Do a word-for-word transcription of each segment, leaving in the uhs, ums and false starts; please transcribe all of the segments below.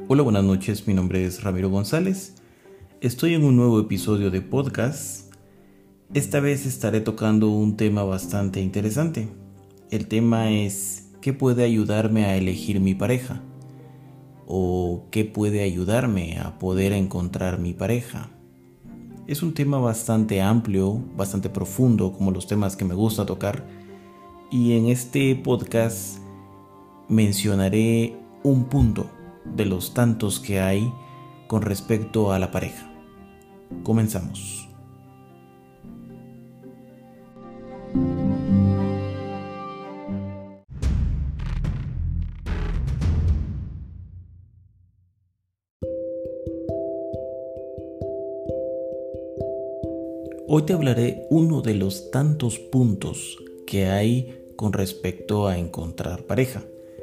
Hola, buenas noches, mi nombre es Ramiro González. Estoy en un nuevo episodio de podcast. Esta vez estaré tocando un tema bastante interesante. El tema es ¿qué puede ayudarme a elegir mi pareja? ¿O qué puede ayudarme a poder encontrar mi pareja? Es un tema bastante amplio, bastante profundo, como los temas que me gusta tocar. Y en este podcast mencionaré un punto de los tantos que hay con respecto a la pareja. Comenzamos. Hoy te hablaré uno de los tantos puntos que hay con respecto a encontrar pareja.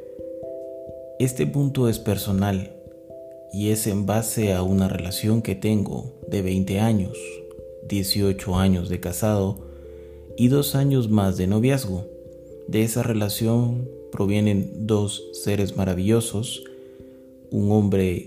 Este punto es personal y es en base a una relación que tengo de veinte años, dieciocho años de casado y dos años más de noviazgo. De esa relación provienen dos seres maravillosos, un hombre,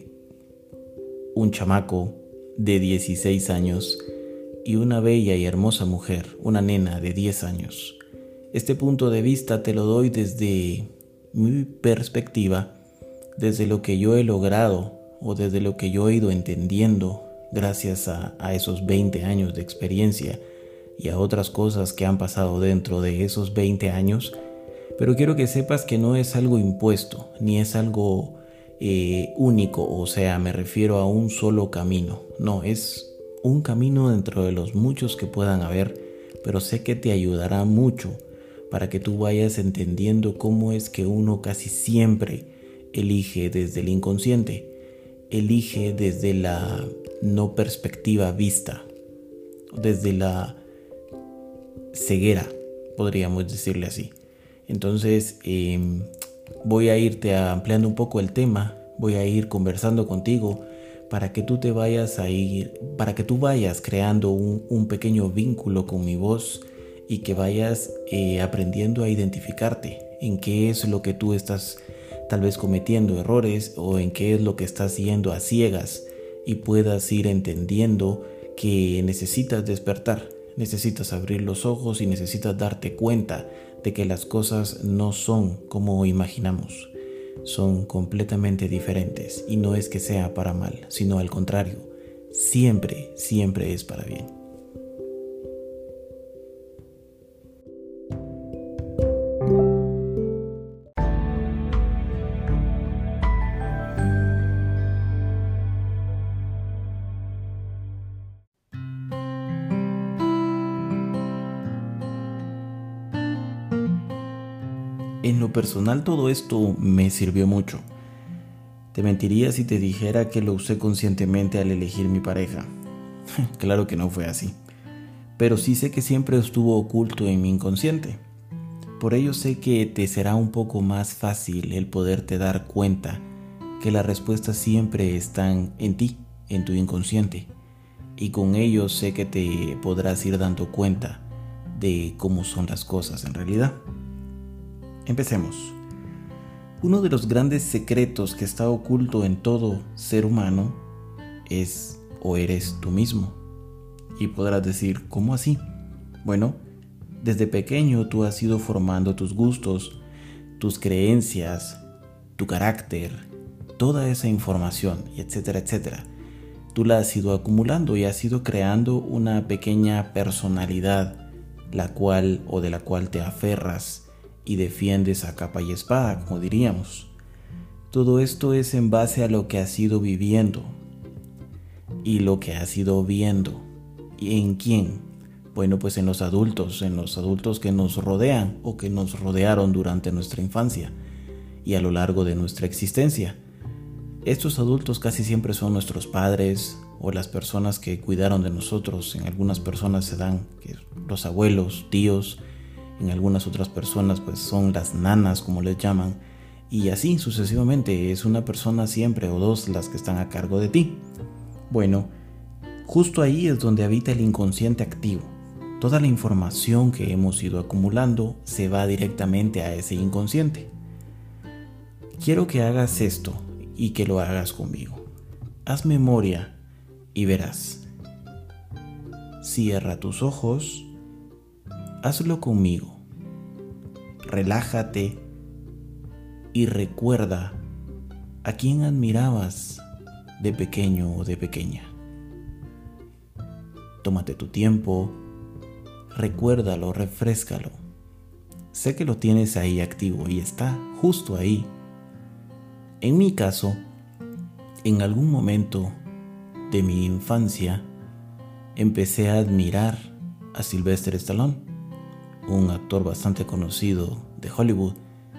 un chamaco de dieciséis años y una bella y hermosa mujer, una nena de diez años. Este punto de vista te lo doy desde mi perspectiva, desde lo que yo he logrado o desde lo que yo he ido entendiendo gracias a, a esos veinte años de experiencia y a otras cosas que han pasado dentro de esos veinte años. Pero quiero que sepas que no es algo impuesto, ni es algo eh, único, o sea, me refiero a un solo camino. No, es un camino dentro de los muchos que puedan haber, pero sé que te ayudará mucho para que tú vayas entendiendo cómo es que uno casi siempre elige desde el inconsciente, elige desde la no perspectiva vista, desde la ceguera, podríamos decirle así. Entonces eh, voy a irte ampliando un poco el tema, voy a ir conversando contigo para que tú te vayas a ir, para que tú vayas creando un, un pequeño vínculo con mi voz y que vayas eh, aprendiendo a identificarte en qué es lo que tú estás tal vez cometiendo errores o en qué es lo que estás yendo a ciegas y puedas ir entendiendo que necesitas despertar, necesitas abrir los ojos y necesitas darte cuenta de que las cosas no son como imaginamos, son completamente diferentes y no es que sea para mal, sino al contrario, siempre, siempre es para bien. En lo personal todo esto me sirvió mucho. Te mentiría si te dijera que lo usé conscientemente al elegir mi pareja. Claro que no fue así. Pero sí sé que siempre estuvo oculto en mi inconsciente. Por ello sé que te será un poco más fácil el poderte dar cuenta que las respuestas siempre están en ti, en tu inconsciente. Y con ello sé que te podrás ir dando cuenta de cómo son las cosas en realidad. Empecemos. Uno de los grandes secretos que está oculto en todo ser humano es o eres tú mismo. Y podrás decir, ¿cómo así? Bueno, desde pequeño tú has ido formando tus gustos, tus creencias, tu carácter, toda esa información, etcétera, etcétera. Tú la has ido acumulando y has ido creando una pequeña personalidad, la cual o de la cual te aferras y defiendes a capa y espada, como diríamos. Todo esto es en base a lo que has ido viviendo y lo que has ido viendo. ¿Y en quién? Bueno, pues en los adultos, en los adultos que nos rodean o que nos rodearon durante nuestra infancia y a lo largo de nuestra existencia. Estos adultos casi siempre son nuestros padres o las personas que cuidaron de nosotros. En algunas personas se dan que los abuelos, tíos. En algunas otras personas pues son las nanas, como les llaman, y así sucesivamente. Es una persona siempre o dos las que están a cargo de ti. Bueno, justo ahí es donde habita el inconsciente activo. Toda la información que hemos ido acumulando se va directamente a ese inconsciente. Quiero que hagas esto, y que lo hagas conmigo. Haz memoria y verás. Cierra tus ojos, hazlo conmigo. Relájate y recuerda a quién admirabas de pequeño o de pequeña. Tómate tu tiempo, recuérdalo, refréscalo. Sé que lo tienes ahí activo y está justo ahí. En mi caso, en algún momento de mi infancia, empecé a admirar a Sylvester Stallone, un actor bastante conocido de Hollywood,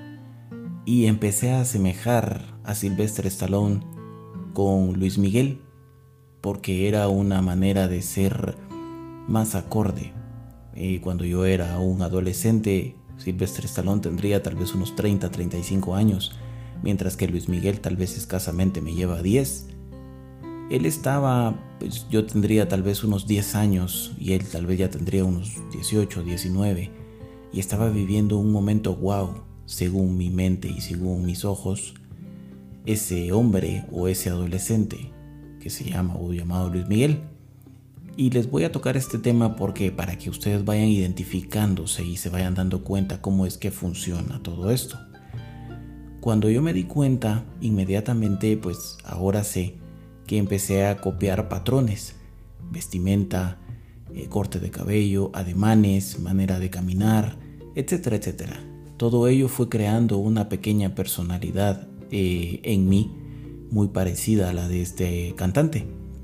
y empecé a asemejar a Sylvester Stallone con Luis Miguel, porque era una manera de ser más acorde. Y cuando yo era un adolescente, Sylvester Stallone tendría tal vez unos treinta, treinta y cinco años, mientras que Luis Miguel tal vez escasamente me lleva diez. Él estaba, pues yo tendría tal vez unos diez años y él tal vez ya tendría unos dieciocho, diecinueve, y estaba viviendo un momento wow, según mi mente y según mis ojos. Ese hombre o ese adolescente que se llama o llamado Luis Miguel. Y les voy a tocar este tema porque para que ustedes vayan identificándose y se vayan dando cuenta cómo es que funciona todo esto. Cuando yo me di cuenta, inmediatamente, pues ahora sé que empecé a copiar patrones, vestimenta, eh, corte de cabello, ademanes, manera de caminar, etcétera, etcétera. Todo ello fue creando una pequeña personalidad eh, en mí, muy parecida a la de este cantante.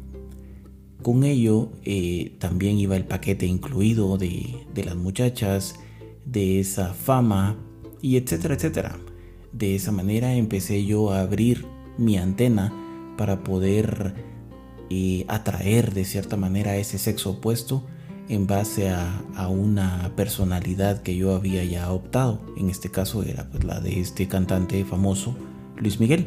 Con ello eh, también iba el paquete incluido de, de las muchachas, de esa fama y etcétera, etcétera. De esa manera empecé yo a abrir mi antena para poder eh, atraer de cierta manera a ese sexo opuesto en base a, a una personalidad que yo había ya optado. En este caso era pues, la de este cantante famoso, Luis Miguel.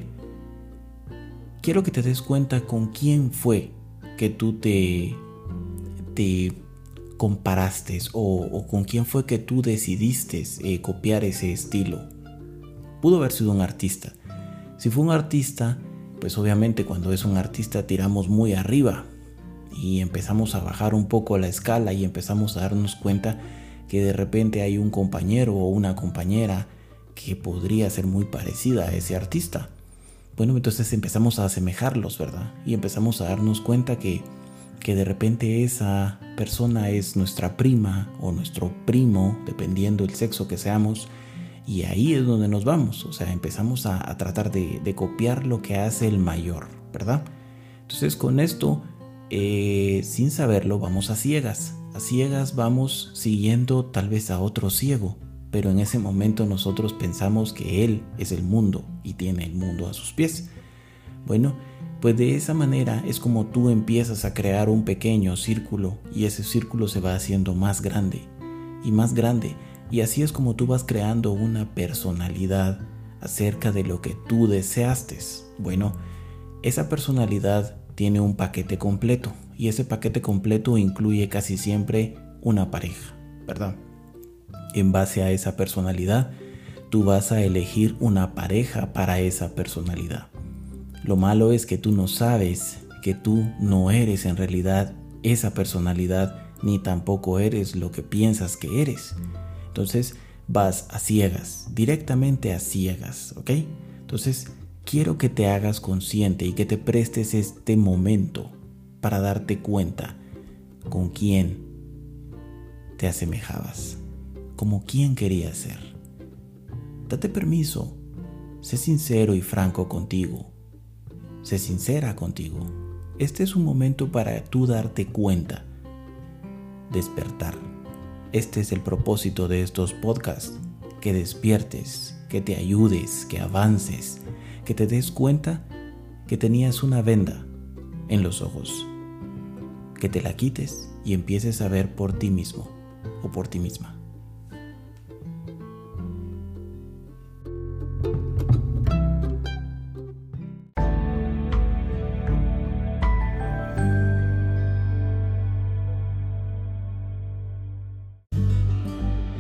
Quiero que te des cuenta con quién fue que tú te, te comparaste o, o con quién fue que tú decidiste eh, copiar ese estilo. Pudo haber sido un artista. Si fue un artista, pues obviamente cuando es un artista tiramos muy arriba y empezamos a bajar un poco la escala y empezamos a darnos cuenta que de repente hay un compañero o una compañera que podría ser muy parecida a ese artista. Bueno, entonces empezamos a asemejarlos, ¿verdad? Y empezamos a darnos cuenta que, que de repente esa persona es nuestra prima o nuestro primo, dependiendo del sexo que seamos, y ahí es donde nos vamos. O sea, empezamos a, a tratar de, de copiar lo que hace el mayor, ¿verdad? Entonces con esto, eh, sin saberlo, vamos a ciegas. A ciegas vamos siguiendo tal vez a otro ciego, pero en ese momento nosotros pensamos que él es el mundo y tiene el mundo a sus pies. Bueno, pues de esa manera es como tú empiezas a crear un pequeño círculo y ese círculo se va haciendo más grande y más grande, y así es como tú vas creando una personalidad acerca de lo que tú deseaste. Bueno, esa personalidad tiene un paquete completo y ese paquete completo incluye casi siempre una pareja, ¿verdad? En base a esa personalidad, tú vas a elegir una pareja para esa personalidad. Lo malo es que tú no sabes que tú no eres en realidad esa personalidad, ni tampoco eres lo que piensas que eres. Entonces vas a ciegas, directamente a ciegas, ¿ok? Entonces quiero que te hagas consciente y que te prestes este momento para darte cuenta con quién te asemejabas. Como quién querías ser. Date permiso, sé sincero y franco contigo, sé sincera contigo. Este es un momento para tú darte cuenta, despertar. Este es el propósito de estos podcasts, que despiertes, que te ayudes, que avances, que te des cuenta que tenías una venda en los ojos, que te la quites y empieces a ver por ti mismo o por ti misma.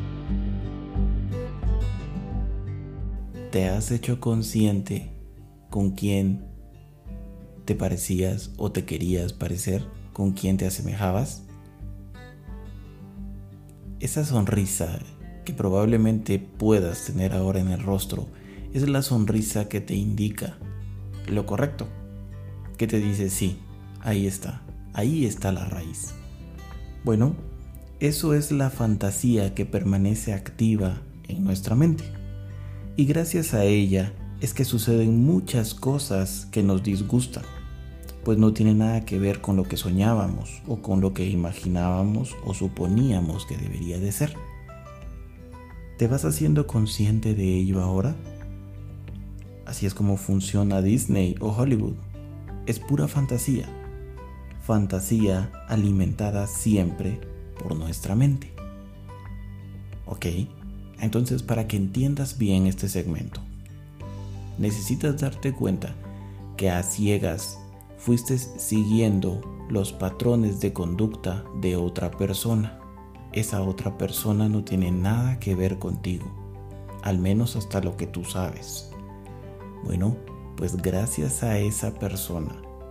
¿Te has hecho consciente con quién te parecías o te querías parecer, con quién te asemejabas? Esa sonrisa que probablemente puedas tener ahora en el rostro es la sonrisa que te indica lo correcto, que te dice sí, ahí está, ahí está la raíz. Bueno, eso es la fantasía que permanece activa en nuestra mente. Y gracias a ella es que suceden muchas cosas que nos disgustan, pues no tiene nada que ver con lo que soñábamos o con lo que imaginábamos o suponíamos que debería de ser. ¿Te vas haciendo consciente de ello ahora? Así es como funciona Disney o Hollywood. Es pura fantasía. Fantasía alimentada siempre por nuestra mente. ¿Ok? Entonces, para que entiendas bien este segmento, necesitas darte cuenta que a ciegas fuiste siguiendo los patrones de conducta de otra persona. Esa otra persona no tiene nada que ver contigo, al menos hasta lo que tú sabes. Bueno, pues gracias a esa persona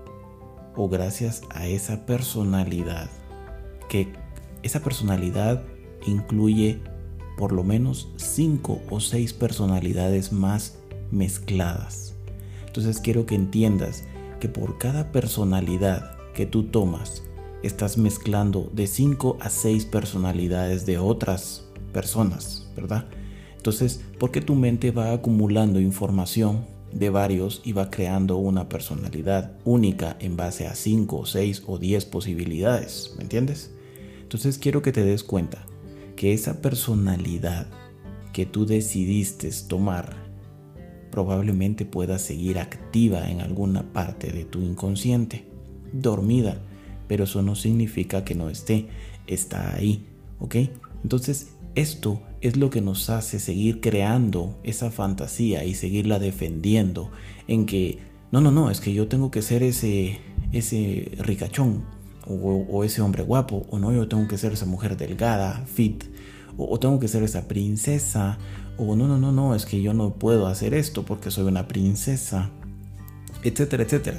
o gracias a esa personalidad, que esa personalidad incluye por lo menos cinco o seis personalidades más mezcladas. Entonces quiero que entiendas que por cada personalidad que tú tomas, estás mezclando de cinco a seis personalidades de otras personas, ¿verdad? Entonces, porque tu mente va acumulando información de varios y va creando una personalidad única en base a cinco, seis o diez posibilidades, ¿me entiendes? Entonces quiero que te des cuenta que esa personalidad que tú decidiste tomar probablemente pueda seguir activa en alguna parte de tu inconsciente, dormida, pero eso no significa que no esté, está ahí, ¿ok? Entonces esto es lo que nos hace seguir creando esa fantasía y seguirla defendiendo en que no, no, no, es que yo tengo que ser ese, ese ricachón o, o ese hombre guapo, o no, yo tengo que ser esa mujer delgada, fit, o, o tengo que ser esa princesa, o no, no, no, no, es que yo no puedo hacer esto porque soy una princesa, etcétera, etcétera.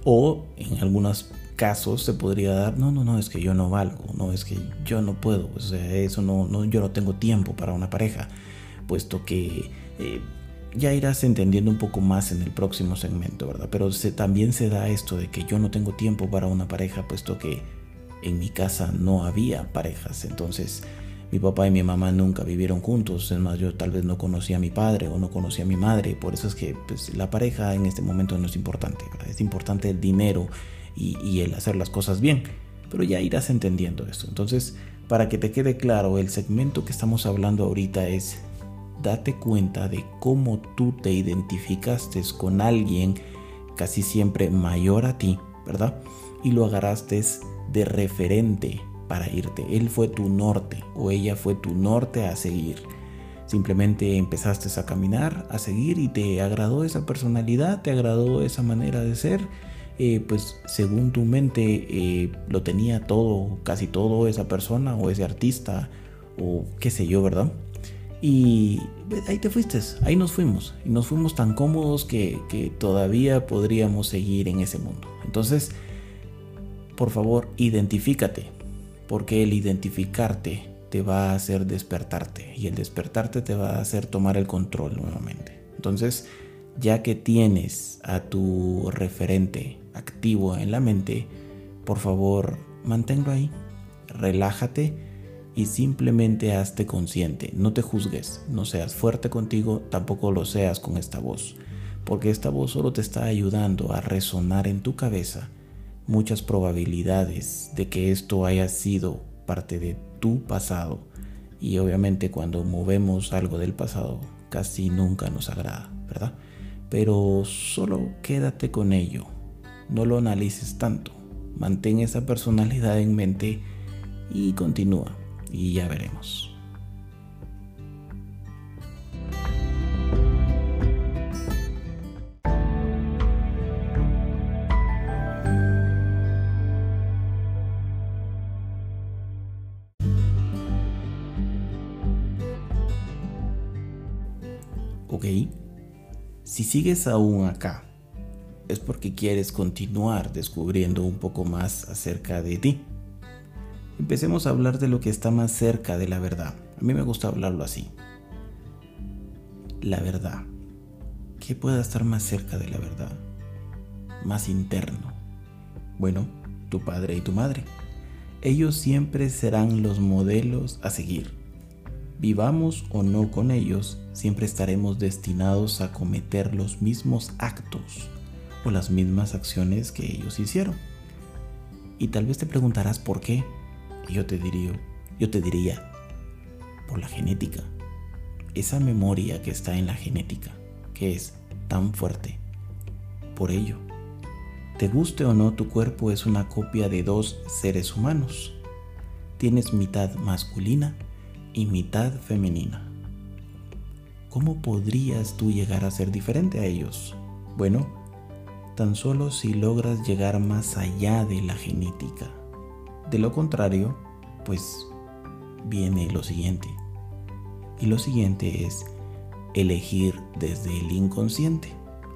O en algunos casos se podría dar, no, no, no, es que yo no valgo, no, es que yo no puedo, o sea, eso no, no yo no tengo tiempo para una pareja, puesto que eh, ya irás entendiendo un poco más en el próximo segmento, ¿verdad? Pero se, también se da esto de que yo no tengo tiempo para una pareja, puesto que en mi casa no había parejas, entonces mi papá y mi mamá nunca vivieron juntos, es más, yo tal vez no conocía a mi padre o no conocía a mi madre, por eso es que pues, la pareja en este momento no es importante, ¿verdad? Es importante el dinero y, y el hacer las cosas bien, pero ya irás entendiendo esto. Entonces, para que te quede claro, el segmento que estamos hablando ahorita es date cuenta de cómo tú te identificaste con alguien casi siempre mayor a ti, ¿verdad? Y lo agarraste de referente para irte. Él fue tu norte o ella fue tu norte a seguir. Simplemente empezaste a caminar, a seguir y te agradó esa personalidad, te agradó esa manera de ser. Eh, pues según tu mente eh, lo tenía todo, casi todo esa persona o ese artista o qué sé yo, ¿verdad? Y ahí te fuiste, ahí nos fuimos y nos fuimos tan cómodos que, que todavía podríamos seguir en ese mundo. Entonces, por favor, identifícate, porque el identificarte te va a hacer despertarte y el despertarte te va a hacer tomar el control nuevamente. Entonces, ya que tienes a tu referente activo en la mente, por favor, manténlo ahí, relájate y simplemente hazte consciente. No te juzgues, no seas fuerte contigo, tampoco lo seas con esta voz, porque esta voz solo te está ayudando a resonar en tu cabeza muchas probabilidades de que esto haya sido parte de tu pasado, y obviamente cuando movemos algo del pasado casi nunca nos agrada, ¿verdad? Pero solo quédate con ello, no lo analices tanto, mantén esa personalidad en mente y continúa y ya veremos. Ok, si sigues aún acá es porque quieres continuar descubriendo un poco más acerca de ti. Empecemos a hablar de lo que está más cerca de la verdad. A mí me gusta hablarlo así. La verdad. ¿Qué puede estar más cerca de la verdad? Más interno. Bueno, tu padre y tu madre. Ellos siempre serán los modelos a seguir. Vivamos o no con ellos, siempre estaremos destinados a cometer los mismos actos o las mismas acciones que ellos hicieron. Y tal vez te preguntarás por qué. Y yo te diría, yo te diría, por la genética. Esa memoria que está en la genética, que es tan fuerte. Por ello, te guste o no, tu cuerpo es una copia de dos seres humanos. Tienes mitad masculina y mitad femenina. ¿Cómo podrías tú llegar a ser diferente a ellos? Bueno, tan solo si logras llegar más allá de la genética. De lo contrario, pues viene lo siguiente. Y lo siguiente es elegir desde el inconsciente.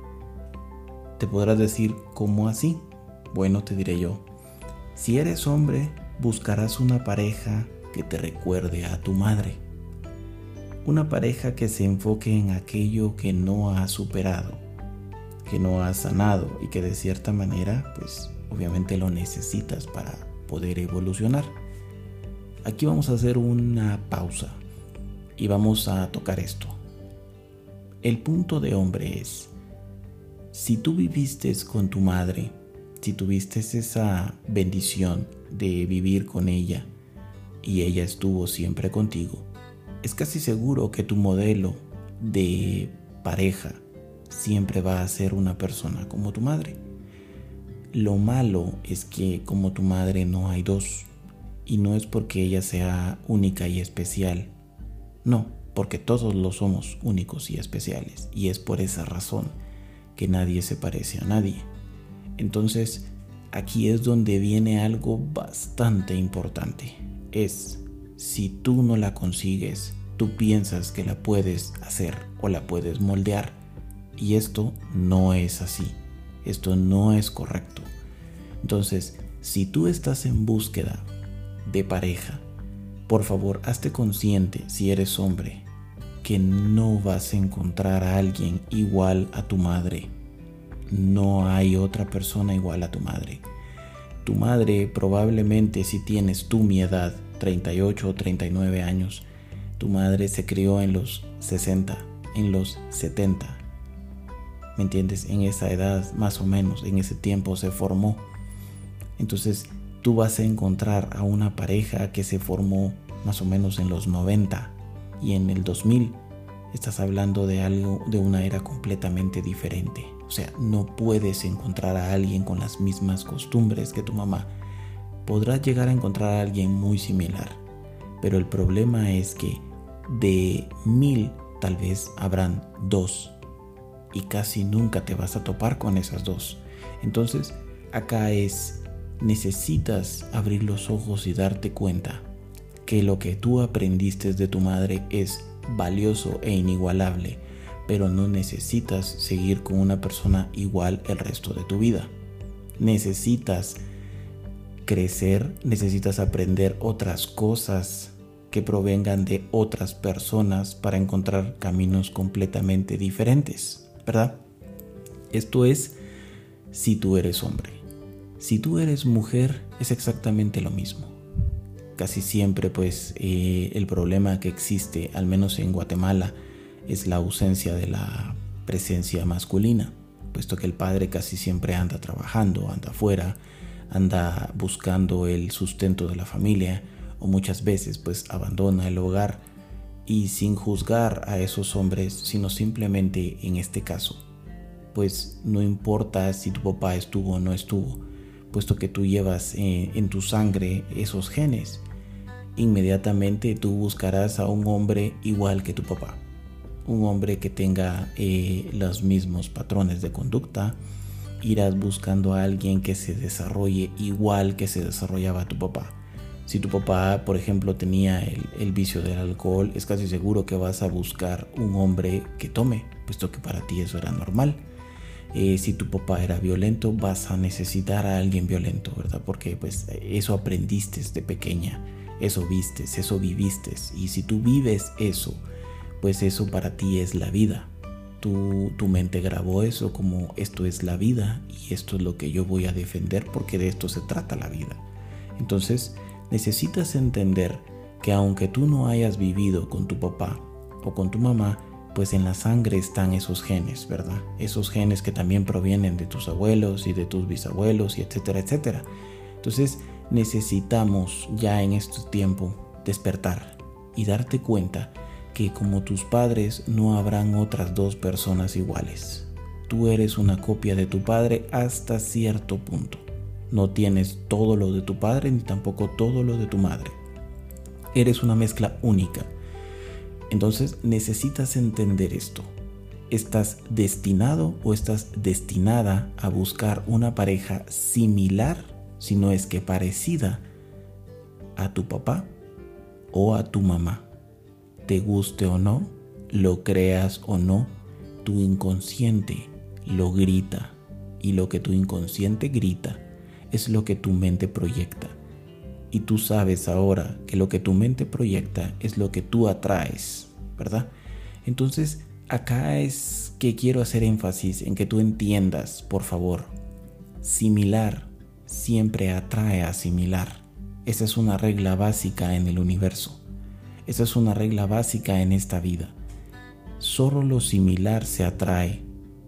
Te podrás decir, ¿cómo así? Bueno, te diré yo. Si eres hombre, buscarás una pareja que te recuerde a tu madre. Una pareja que se enfoque en aquello que no has superado, que no has sanado y que de cierta manera, pues obviamente lo necesitas para poder evolucionar. Aquí vamos a hacer una pausa y vamos a tocar esto. El punto de hombre es, si tú viviste con tu madre, si tuviste esa bendición de vivir con ella y ella estuvo siempre contigo, es casi seguro que tu modelo de pareja siempre va a ser una persona como tu madre. Lo malo es que como tu madre no hay dos, y no es porque ella sea única y especial, no, porque todos lo somos únicos y especiales, y es por esa razón que nadie se parece a nadie. Entonces, aquí es donde viene algo bastante importante, es si tú no la consigues, tú piensas que la puedes hacer o la puedes moldear, y esto no es así. Esto no es correcto. Entonces, si tú estás en búsqueda de pareja, por favor, hazte consciente, si eres hombre, que no vas a encontrar a alguien igual a tu madre. No hay otra persona igual a tu madre. Tu madre probablemente, si tienes tú mi edad, treinta y ocho o treinta y nueve años, tu madre se crió en los sesenta, en los setenta. ¿Me entiendes? En esa edad, más o menos, en ese tiempo se formó. Entonces, tú vas a encontrar a una pareja que se formó más o menos en los noventa y en el dos mil. Estás hablando de algo, de una era completamente diferente. O sea, no puedes encontrar a alguien con las mismas costumbres que tu mamá. Podrás llegar a encontrar a alguien muy similar, pero el problema es que de mil tal vez habrán dos. Y casi nunca te vas a topar con esas dos. Entonces, acá es, necesitas abrir los ojos y darte cuenta que lo que tú aprendiste de tu madre es valioso e inigualable, pero no necesitas seguir con una persona igual el resto de tu vida. Necesitas crecer, necesitas aprender otras cosas que provengan de otras personas para encontrar caminos completamente diferentes, ¿verdad? Esto es si tú eres hombre. Si tú eres mujer, es exactamente lo mismo. Casi siempre, pues, eh, el problema que existe, al menos en Guatemala, es la ausencia de la presencia masculina, puesto que el padre casi siempre anda trabajando, anda afuera, anda buscando el sustento de la familia, o muchas veces, pues, abandona el hogar. Y sin juzgar a esos hombres, sino simplemente en este caso, pues no importa si tu papá estuvo o no estuvo, puesto que tú llevas eh, en tu sangre esos genes, inmediatamente tú buscarás a un hombre igual que tu papá, un hombre que tenga eh, los mismos patrones de conducta. Irás buscando a alguien que se desarrolle igual que se desarrollaba tu papá. Si tu papá, por ejemplo, tenía el, el vicio del alcohol, es casi seguro que vas a buscar un hombre que tome, puesto que para ti eso era normal. Eh, si tu papá era violento, vas a necesitar a alguien violento, ¿verdad? Porque pues eso aprendiste de pequeña, eso vistes, eso viviste. Y si tú vives eso, pues eso para ti es la vida. Tu, tu mente grabó eso como esto es la vida y esto es lo que yo voy a defender porque de esto se trata la vida. Entonces necesitas entender que aunque tú no hayas vivido con tu papá o con tu mamá, pues en la sangre están esos genes, ¿verdad? Esos genes que también provienen de tus abuelos y de tus bisabuelos y etcétera, etcétera. Entonces necesitamos ya en este tiempo despertar y darte cuenta que como tus padres no habrán otras dos personas iguales. Tú eres una copia de tu padre hasta cierto punto. No tienes todo lo de tu padre ni tampoco todo lo de tu madre. Eres una mezcla única. Entonces necesitas entender esto. ¿Estás destinado o estás destinada a buscar una pareja similar, si no es que parecida, a tu papá o a tu mamá? Te guste o no, lo creas o no, tu inconsciente lo grita. Y lo que tu inconsciente grita es lo que tu mente proyecta. Y tú sabes ahora que lo que tu mente proyecta es lo que tú atraes, ¿verdad? Entonces, acá es que quiero hacer énfasis en que tú entiendas, por favor, similar siempre atrae a similar. Esa es una regla básica en el universo. Esa es una regla básica en esta vida. Solo lo similar se atrae.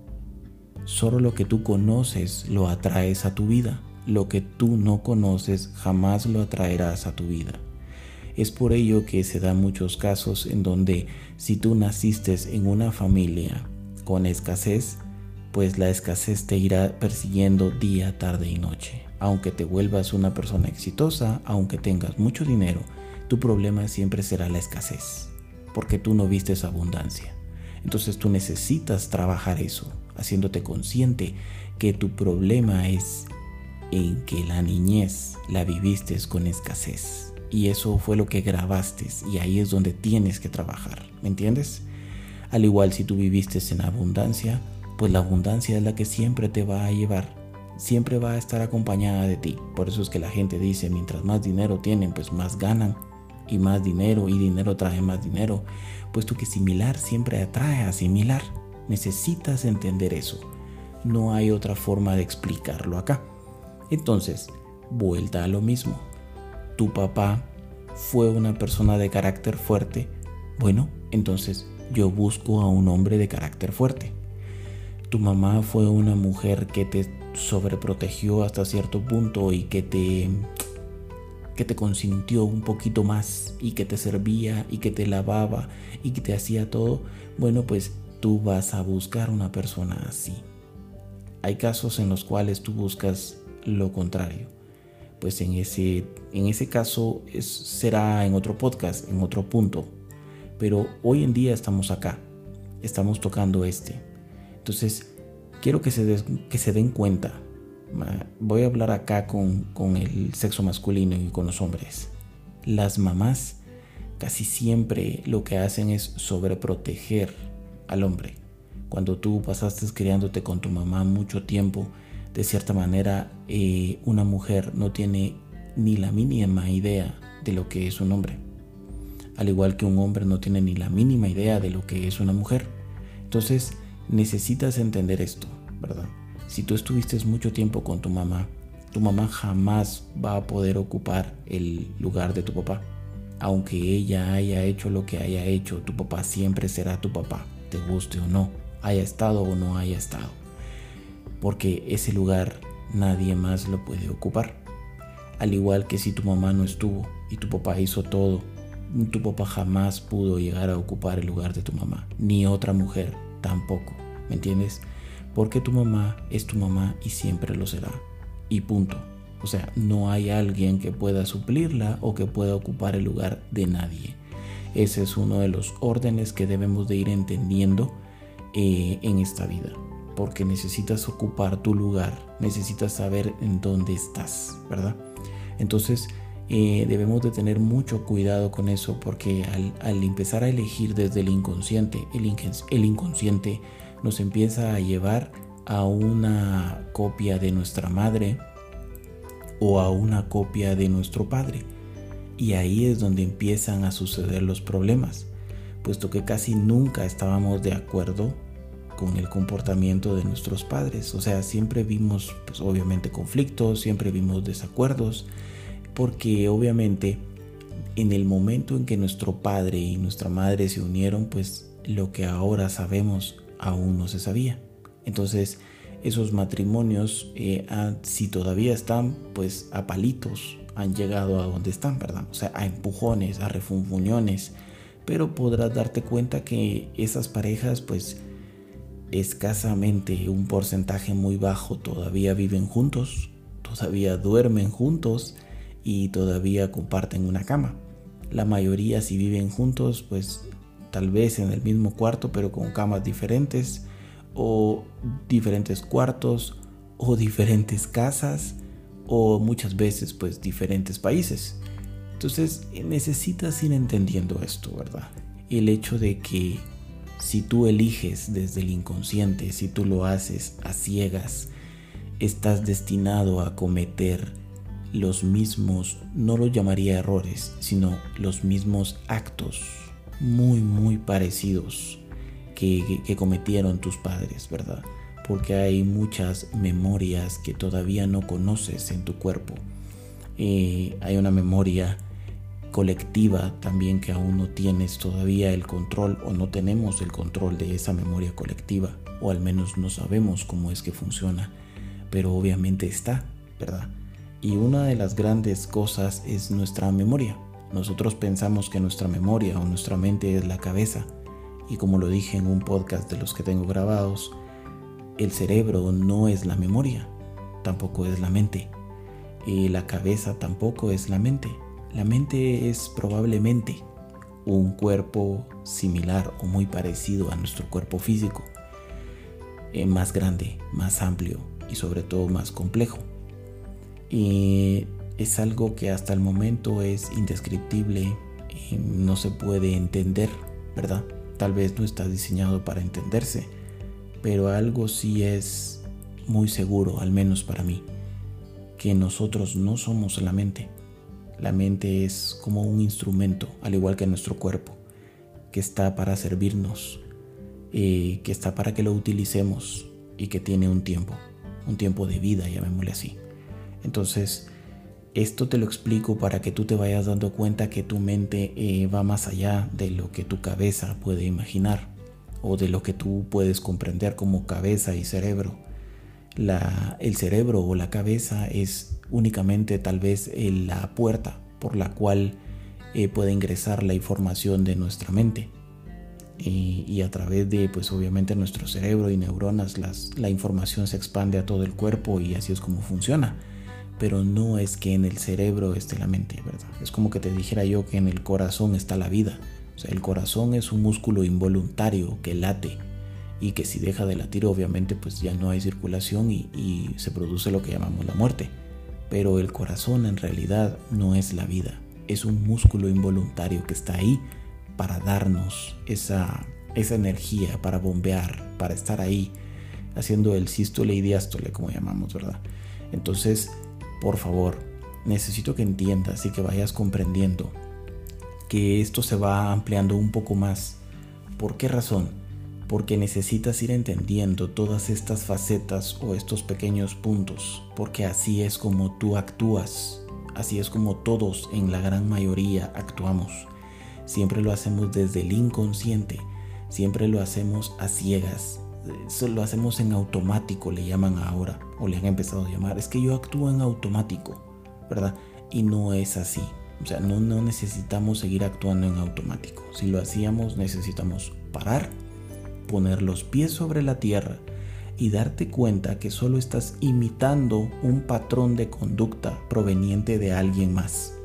Solo lo que tú conoces lo atraes a tu vida. Lo que tú no conoces jamás lo atraerás a tu vida. Es por ello que se dan muchos casos en donde si tú naciste en una familia con escasez, pues la escasez te irá persiguiendo día, tarde y noche. Aunque te vuelvas una persona exitosa, aunque tengas mucho dinero, tu problema siempre será la escasez, porque tú no vistes abundancia. Entonces tú necesitas trabajar eso, haciéndote consciente que tu problema es en que la niñez la viviste con escasez. Y eso fue lo que grabaste y ahí es donde tienes que trabajar, ¿me entiendes? Al igual si tú viviste en abundancia, pues la abundancia es la que siempre te va a llevar, siempre va a estar acompañada de ti. Por eso es que la gente dice, mientras más dinero tienen, pues más ganan, y más dinero, y dinero trae más dinero, puesto que similar siempre atrae a similar. Necesitas entender eso, no hay otra forma de explicarlo acá. Entonces, vuelta a lo mismo. Tu papá fue una persona de carácter fuerte. Bueno, entonces yo busco a un hombre de carácter fuerte. Tu mamá fue una mujer que te sobreprotegió hasta cierto punto y que te, que te consintió un poquito más y que te servía y que te lavaba y que te hacía todo. Bueno, pues tú vas a buscar una persona así. Hay casos en los cuales tú buscas lo contrario. Pues en ese, en ese caso es, será en otro podcast, en otro punto. Pero hoy en día estamos acá, estamos tocando este. Entonces, quiero que se, des, que se den cuenta. Voy a hablar acá con, con el sexo masculino y con los hombres. Las mamás casi siempre lo que hacen es sobreproteger al hombre. Cuando tú pasaste criándote con tu mamá mucho tiempo, de cierta manera, eh, una mujer no tiene ni la mínima idea de lo que es un hombre. Al igual que un hombre no tiene ni la mínima idea de lo que es una mujer. Entonces, necesitas entender esto, ¿verdad? Si tú estuviste mucho tiempo con tu mamá, tu mamá jamás va a poder ocupar el lugar de tu papá. Aunque ella haya hecho lo que haya hecho, tu papá siempre será tu papá, te guste o no, haya estado o no haya estado. Porque ese lugar nadie más lo puede ocupar. Al igual que si tu mamá no estuvo y tu papá hizo todo, tu papá jamás pudo llegar a ocupar el lugar de tu mamá, ni otra mujer tampoco, ¿me entiendes? Porque tu mamá es tu mamá y siempre lo será, y punto. O sea, no hay alguien que pueda suplirla o que pueda ocupar el lugar de nadie. Ese es uno de los órdenes que debemos de ir entendiendo eh, en esta vida. Porque necesitas ocupar tu lugar, necesitas saber en dónde estás, ¿verdad? Entonces eh, debemos de tener mucho cuidado con eso, porque al, al empezar a elegir desde el inconsciente, el, incons- el inconsciente nos empieza a llevar a una copia de nuestra madre o a una copia de nuestro padre. Y ahí es donde empiezan a suceder los problemas, puesto que casi nunca estábamos de acuerdo con el comportamiento de nuestros padres. O sea, siempre vimos, pues, obviamente conflictos, siempre vimos desacuerdos, porque obviamente en el momento en que nuestro padre y nuestra madre se unieron, pues lo que ahora sabemos aún no se sabía. Entonces esos matrimonios, eh, ah, si todavía están, pues a palitos han llegado a donde están, ¿verdad? O sea, a empujones, a refunfuñones, pero podrás darte cuenta que esas parejas, pues escasamente un porcentaje muy bajo todavía viven juntos, todavía duermen juntos y todavía comparten una cama. La mayoría, si viven juntos, pues tal vez en el mismo cuarto, pero con camas diferentes, o diferentes cuartos, o diferentes casas, o muchas veces pues diferentes países. Entonces necesitas ir entendiendo esto, ¿verdad? El hecho de que si tú eliges desde el inconsciente, si tú lo haces a ciegas, estás destinado a cometer los mismos, no los llamaría errores, sino los mismos actos muy muy parecidos que, que, que cometieron tus padres, ¿verdad? Porque hay muchas memorias que todavía no conoces en tu cuerpo. Eh, hay una memoria colectiva también que aún no tienes todavía el control, o no tenemos el control de esa memoria colectiva, o al menos no sabemos cómo es que funciona, pero obviamente está, ¿verdad? Y una de las grandes cosas es nuestra memoria. Nosotros pensamos que nuestra memoria o nuestra mente es la cabeza, y como lo dije en un podcast de los que tengo grabados, el cerebro no es la memoria, tampoco es la mente, y la cabeza tampoco es la mente. La mente es probablemente un cuerpo similar o muy parecido a nuestro cuerpo físico, eh, más grande, más amplio y sobre todo más complejo. Y es algo que hasta el momento es indescriptible, y no se puede entender, ¿verdad? Tal vez no está diseñado para entenderse, pero algo sí es muy seguro, al menos para mí, que nosotros no somos la mente. La mente es como un instrumento, al igual que nuestro cuerpo, que está para servirnos, eh, que está para que lo utilicemos y que tiene un tiempo, un tiempo de vida, llamémosle así. Entonces, esto te lo explico para que tú te vayas dando cuenta que tu mente eh, va más allá de lo que tu cabeza puede imaginar, o de lo que tú puedes comprender como cabeza y cerebro. La, el cerebro o la cabeza es únicamente tal vez la puerta por la cual eh, puede ingresar la información de nuestra mente, y, y a través de pues obviamente nuestro cerebro y neuronas las, la información se expande a todo el cuerpo, y así es como funciona. Pero no es que en el cerebro esté la mente, ¿verdad? Es como que te dijera yo que en el corazón está la vida. O sea, el corazón es un músculo involuntario que late, y que si deja de latir obviamente pues ya no hay circulación y, y se produce lo que llamamos la muerte. Pero el corazón en realidad no es la vida, es un músculo involuntario que está ahí para darnos esa, esa energía, para bombear, para estar ahí haciendo el sístole y diástole, como llamamos, ¿verdad? Entonces, por favor, necesito que entiendas y que vayas comprendiendo que esto se va ampliando un poco más. ¿Por qué razón? Porque necesitas ir entendiendo todas estas facetas o estos pequeños puntos, porque así es como tú actúas, así es como todos en la gran mayoría actuamos. Siempre lo hacemos desde el inconsciente, siempre lo hacemos a ciegas, eso lo hacemos en automático, le llaman ahora, o le han empezado a llamar. Es que yo actúo en automático, ¿verdad? Y no es así. O sea, no, no necesitamos seguir actuando en automático. Si lo hacíamos, necesitamos parar, poner los pies sobre la tierra y darte cuenta que solo estás imitando un patrón de conducta proveniente de alguien más.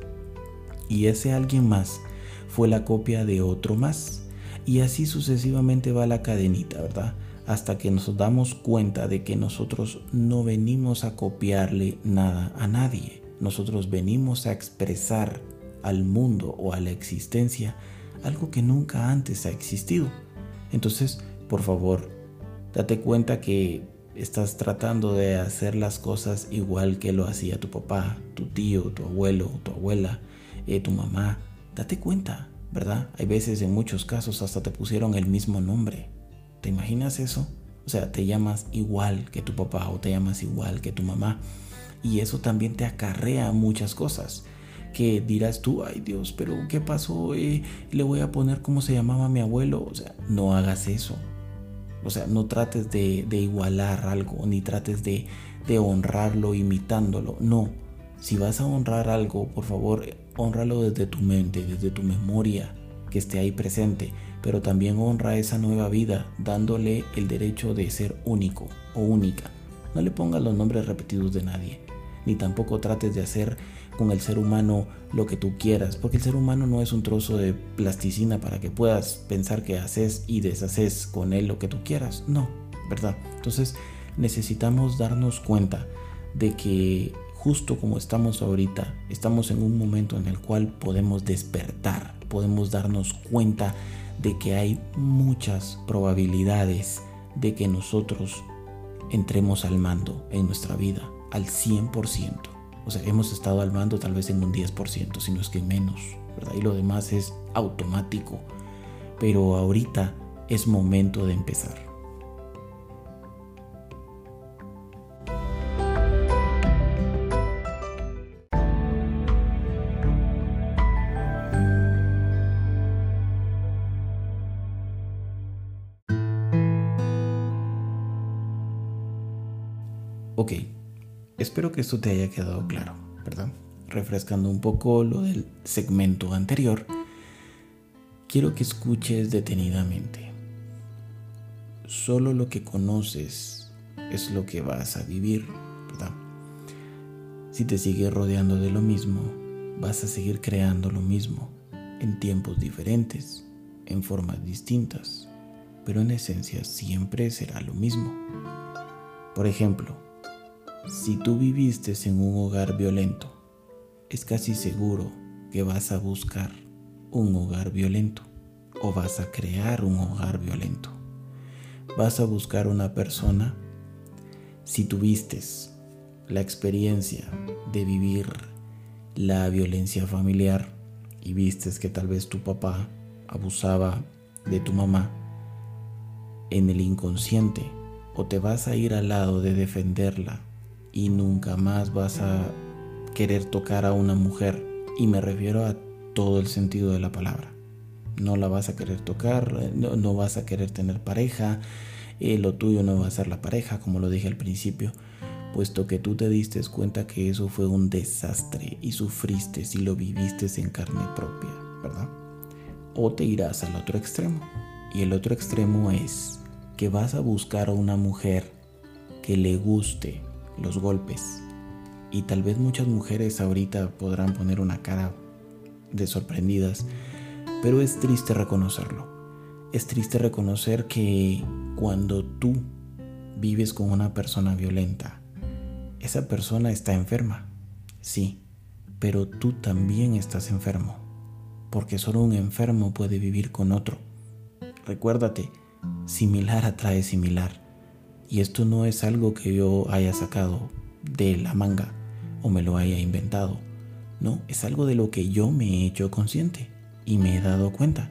Y ese alguien más fue la copia de otro más. Y así sucesivamente va la cadenita, ¿verdad? Hasta que nos damos cuenta de que nosotros no venimos a copiarle nada a nadie. Nosotros venimos a expresar al mundo o a la existencia algo que nunca antes ha existido. Entonces, por favor, date cuenta que estás tratando de hacer las cosas igual que lo hacía tu papá, tu tío, tu abuelo, tu abuela, eh, tu mamá. Date cuenta, ¿verdad? Hay veces, en muchos casos, hasta te pusieron el mismo nombre. ¿Te imaginas eso? O sea, te llamas igual que tu papá o te llamas igual que tu mamá. Y eso también te acarrea muchas cosas. Que dirás tú, ay Dios, pero ¿qué pasó? Eh, le voy a poner cómo se llamaba mi abuelo. O sea, no hagas eso. O sea, no trates de, de igualar algo, ni trates de, de honrarlo imitándolo. No, si vas a honrar algo, por favor, hónralo desde tu mente, desde tu memoria, que esté ahí presente. Pero también honra esa nueva vida, dándole el derecho de ser único o única. No le pongas los nombres repetidos de nadie, ni tampoco trates de hacer con el ser humano lo que tú quieras, porque el ser humano no es un trozo de plasticina para que puedas pensar que haces y deshaces con él lo que tú quieras. No, ¿verdad? Entonces necesitamos darnos cuenta de que justo como estamos ahorita, estamos en un momento en el cual podemos despertar, podemos darnos cuenta de que hay muchas probabilidades de que nosotros entremos al mando en nuestra vida al cien por ciento. O sea, hemos estado al mando tal vez en un diez por ciento, si no es que menos, ¿verdad? Y lo demás es automático. Pero ahorita es momento de empezar. Ok, espero que esto te haya quedado claro, ¿verdad? Refrescando un poco lo del segmento anterior, quiero que escuches detenidamente. Solo lo que conoces es lo que vas a vivir, ¿verdad? Si te sigues rodeando de lo mismo, vas a seguir creando lo mismo, en tiempos diferentes, en formas distintas, pero en esencia siempre será lo mismo. Por ejemplo, si tú viviste en un hogar violento, es casi seguro que vas a buscar un hogar violento o vas a crear un hogar violento. Vas a buscar una persona. Si tuviste la experiencia de vivir la violencia familiar y viste que tal vez tu papá abusaba de tu mamá, en el inconsciente, o te vas a ir al lado de defenderla y nunca más vas a querer tocar a una mujer, y me refiero a todo el sentido de la palabra. No la vas a querer tocar, no, no vas a querer tener pareja, eh, lo tuyo no va a ser la pareja, como lo dije al principio, puesto que tú te diste cuenta que eso fue un desastre y sufriste y lo viviste en carne propia, ¿verdad? O te irás al otro extremo, y el otro extremo es que vas a buscar a una mujer que le guste los golpes. Y tal vez muchas mujeres ahorita podrán poner una cara de sorprendidas, pero es triste reconocerlo. Es triste reconocer que cuando tú vives con una persona violenta, esa persona está enferma, sí, pero tú también estás enfermo, porque solo un enfermo puede vivir con otro. Recuérdate, similar atrae similar. Y esto no es algo que yo haya sacado de la manga o me lo haya inventado. No, es algo de lo que yo me he hecho consciente y me he dado cuenta.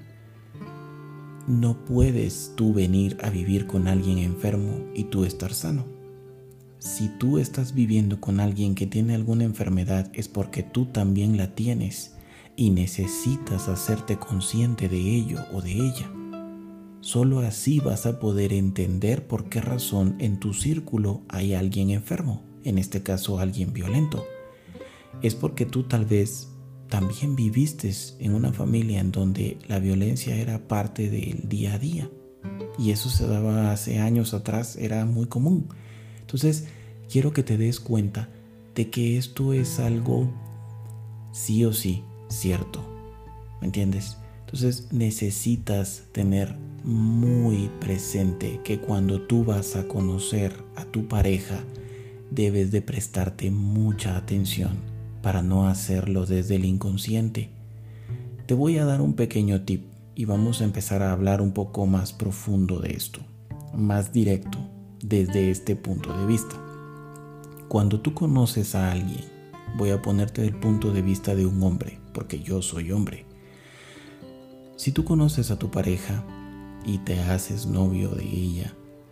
No puedes tú venir a vivir con alguien enfermo y tú estar sano. Si tú estás viviendo con alguien que tiene alguna enfermedad, es porque tú también la tienes y necesitas hacerte consciente de ello o de ella. Solo así vas a poder entender por qué razón en tu círculo hay alguien enfermo, en este caso alguien violento. Es porque tú tal vez también viviste en una familia en donde la violencia era parte del día a día, y eso se daba hace años atrás, era muy común. Entonces quiero que te des cuenta de que esto es algo sí o sí cierto, ¿me entiendes? Entonces necesitas tener muy presente que cuando tú vas a conocer a tu pareja, debes de prestarte mucha atención para no hacerlo desde el inconsciente. Te voy a dar un pequeño tip y vamos a empezar a hablar un poco más profundo de esto, más directo, desde este punto de vista. Cuando tú conoces a alguien, voy a ponerte del punto de vista de un hombre, porque yo soy hombre. Si tú conoces a tu pareja y te haces novio de ella,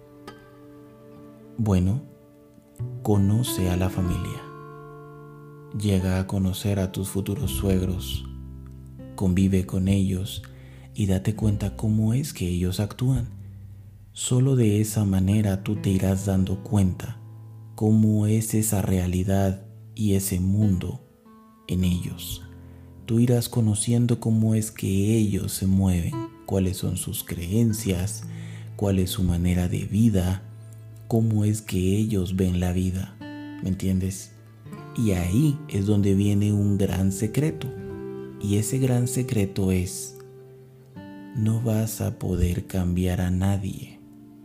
bueno, conoce a la familia. Llega a conocer a tus futuros suegros, convive con ellos y date cuenta cómo es que ellos actúan. Solo de esa manera tú te irás dando cuenta cómo es esa realidad y ese mundo en ellos. Tú irás conociendo cómo es que ellos se mueven, cuáles son sus creencias, cuál es su manera de vida, cómo es que ellos ven la vida, ¿me entiendes? Y ahí es donde viene un gran secreto. Y ese gran secreto es: no vas a poder cambiar a nadie.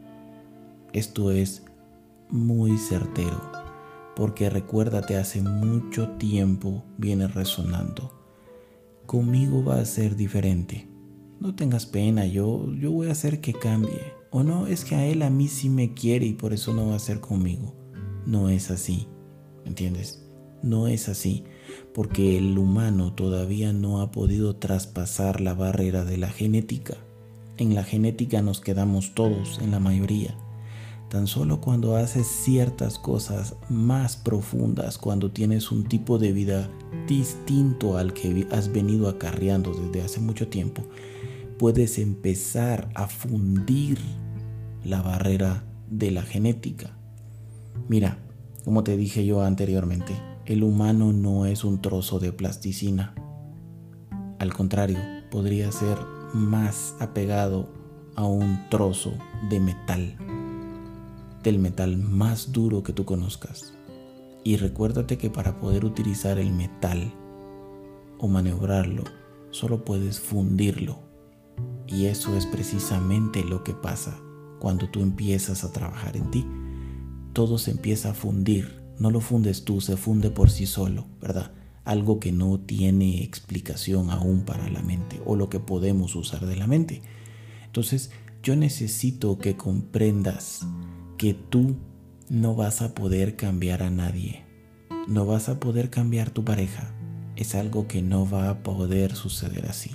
Esto es muy certero, porque recuérdate, hace mucho tiempo viene resonando. Conmigo va a ser diferente. No tengas pena, yo, yo voy a hacer que cambie. O no, es que a él a mí sí me quiere y por eso no va a ser conmigo. No es así, ¿me entiendes? No es así, porque el humano todavía no ha podido traspasar la barrera de la genética. En la genética nos quedamos todos, en la mayoría. Tan solo cuando haces ciertas cosas más profundas, cuando tienes un tipo de vida distinto al que has venido acarreando desde hace mucho tiempo, puedes empezar a fundir la barrera de la genética. Mira, como te dije yo anteriormente, el humano no es un trozo de plasticina. Al contrario, podría ser más apegado a un trozo de metal, del metal más duro que tú conozcas. Y recuérdate que para poder utilizar el metal o maniobrarlo, solo puedes fundirlo. Y eso es precisamente lo que pasa cuando tú empiezas a trabajar en ti. Todo se empieza a fundir. No lo fundes tú, se funde por sí solo, ¿verdad? Algo que no tiene explicación aún para la mente o lo que podemos usar de la mente. Entonces, yo necesito que comprendas que tú no vas a poder cambiar a nadie. No vas a poder cambiar tu pareja. Es algo que no va a poder suceder así.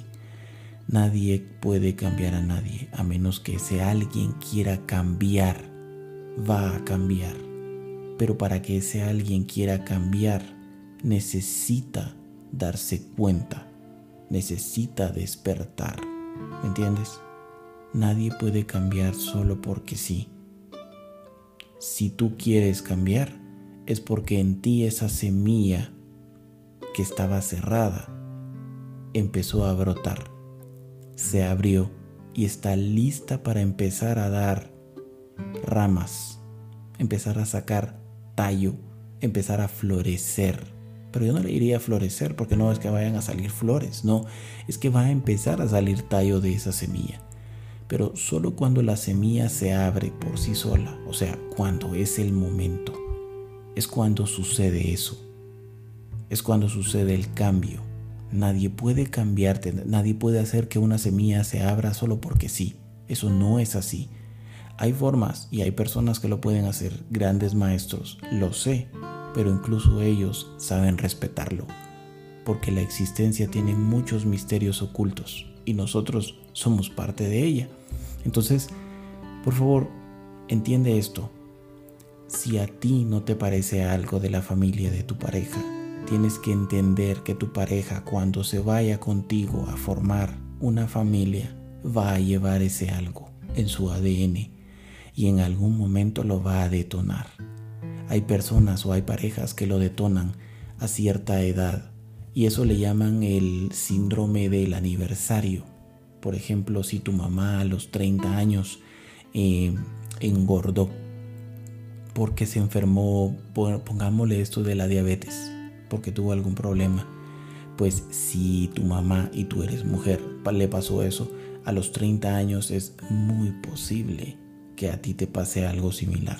Nadie puede cambiar a nadie, a menos que ese alguien quiera cambiar. Va a cambiar. Pero para que ese alguien quiera cambiar, necesita darse cuenta, necesita despertar. ¿Me entiendes? Nadie puede cambiar solo porque sí. Si tú quieres cambiar, es porque en ti esa semilla que estaba cerrada empezó a brotar, se abrió y está lista para empezar a dar ramas, empezar a sacar tallo, empezar a florecer. Pero yo no le diría florecer porque no es que vayan a salir flores, no, es que va a empezar a salir tallo de esa semilla. Pero solo cuando la semilla se abre por sí sola, o sea, cuando es el momento, es cuando sucede eso, es cuando sucede el cambio. Nadie puede cambiarte, nadie puede hacer que una semilla se abra solo porque sí. Eso no es así. Hay formas y hay personas que lo pueden hacer, grandes maestros, lo sé, pero incluso ellos saben respetarlo, porque la existencia tiene muchos misterios ocultos y nosotros somos parte de ella. Entonces, por favor, entiende esto. Si a ti no te parece algo de la familia de tu pareja, tienes que entender que tu pareja, cuando se vaya contigo a formar una familia, va a llevar ese algo en su A D N y en algún momento lo va a detonar. Hay personas o hay parejas que lo detonan a cierta edad y eso le llaman el síndrome del aniversario. Por ejemplo, si tu mamá a los treinta años eh, engordó porque se enfermó, pongámosle esto de la diabetes, porque tuvo algún problema, pues si tu mamá y tú eres mujer le pasó eso, a los treinta años es muy posible que a ti te pase algo similar.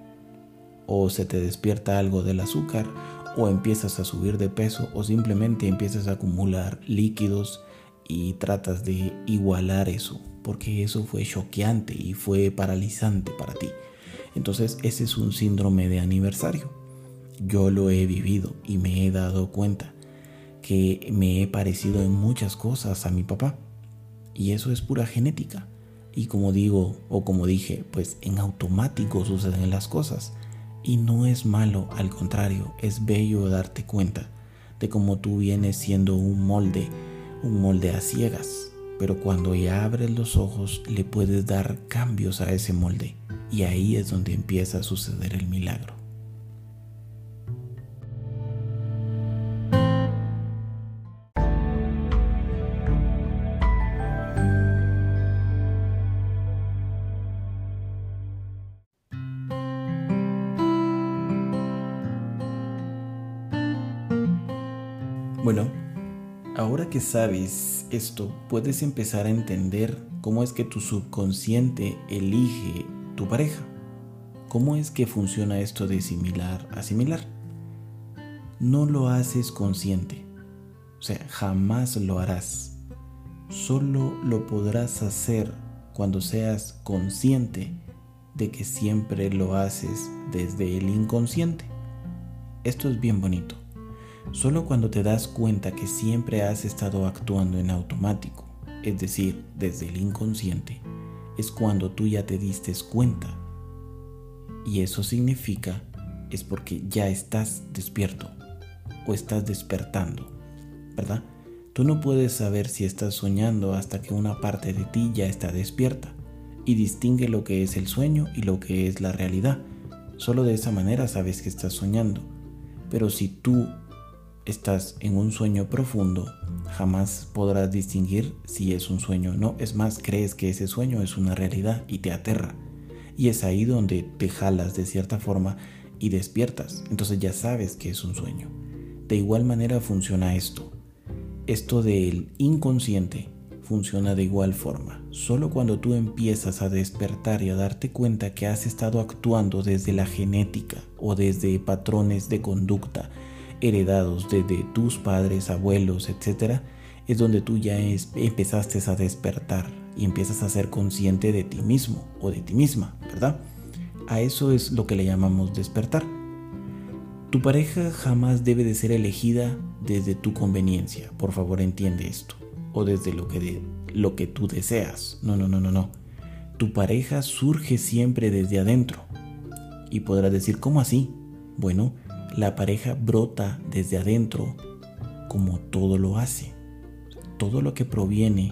O se te despierta algo del azúcar, o empiezas a subir de peso, o simplemente empiezas a acumular líquidos y tratas de igualar eso, porque eso fue choqueante y fue paralizante para ti. Entonces ese es un síndrome de aniversario. Yo lo he vivido y me he dado cuenta que me he parecido en muchas cosas a mi papá. Y eso es pura genética. Y como digo, o como dije, pues en automático suceden las cosas. Y no es malo, al contrario, es bello darte cuenta de cómo tú vienes siendo un molde, un molde a ciegas. Pero cuando ya abres los ojos, le puedes dar cambios a ese molde. Y ahí es donde empieza a suceder el milagro. Bueno, ahora que sabes esto, puedes empezar a entender cómo es que tu subconsciente elige tu pareja. ¿Cómo es que funciona esto de similar a similar? No lo haces consciente, o sea, jamás lo harás. Solo lo podrás hacer cuando seas consciente de que siempre lo haces desde el inconsciente. Esto es bien bonito. Solo cuando te das cuenta que siempre has estado actuando en automático, es decir, desde el inconsciente, es cuando tú ya te diste cuenta. Y eso significa, es porque ya estás despierto o estás despertando, ¿verdad? Tú no puedes saber si estás soñando hasta que una parte de ti ya está despierta y distingue lo que es el sueño y lo que es la realidad. Solo de esa manera sabes que estás soñando. Pero si tú estás en un sueño profundo, jamás podrás distinguir si es un sueño o no. Es más, crees que ese sueño es una realidad y te aterra. Y es ahí donde te jalas de cierta forma y despiertas. Entonces ya sabes que es un sueño. De igual manera funciona esto. Esto del inconsciente funciona de igual forma. Solo cuando tú empiezas a despertar y a darte cuenta que has estado actuando desde la genética o desde patrones de conducta heredados desde tus padres, abuelos, etcétera, es donde tú ya es, empezaste a despertar y empiezas a ser consciente de ti mismo o de ti misma, ¿verdad? A eso es lo que le llamamos despertar. Tu pareja jamás debe de ser elegida desde tu conveniencia, por favor entiende esto, o desde lo que, de, lo que tú deseas. No, no, no, no, no. Tu pareja surge siempre desde adentro. Y podrás decir, ¿cómo así? Bueno, la pareja brota desde adentro como todo lo hace. Todo lo que proviene,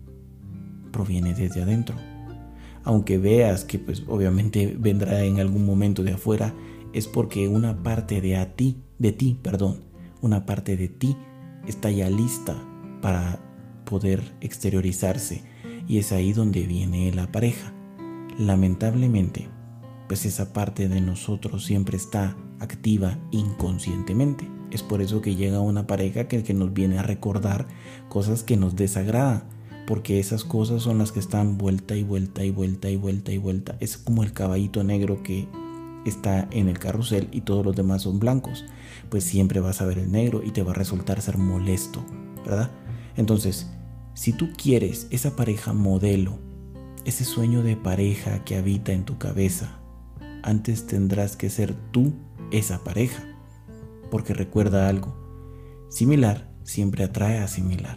proviene desde adentro. Aunque veas que pues obviamente vendrá en algún momento de afuera, es porque una parte de a ti, de ti, perdón, una parte de ti está ya lista para poder exteriorizarse y es ahí donde viene la pareja. Lamentablemente, pues esa parte de nosotros siempre está activa inconscientemente. Es por eso que llega una pareja que, que nos viene a recordar cosas que nos desagradan, porque esas cosas son las que están vuelta y vuelta y vuelta y vuelta y vuelta. Es como el caballito negro que está en el carrusel y todos los demás son blancos. Pues siempre vas a ver el negro y te va a resultar ser molesto, ¿verdad? Entonces, si tú quieres esa pareja modelo, ese sueño de pareja que habita en tu cabeza, antes tendrás que ser tú esa pareja. Porque recuerda algo, similar siempre atrae a similar.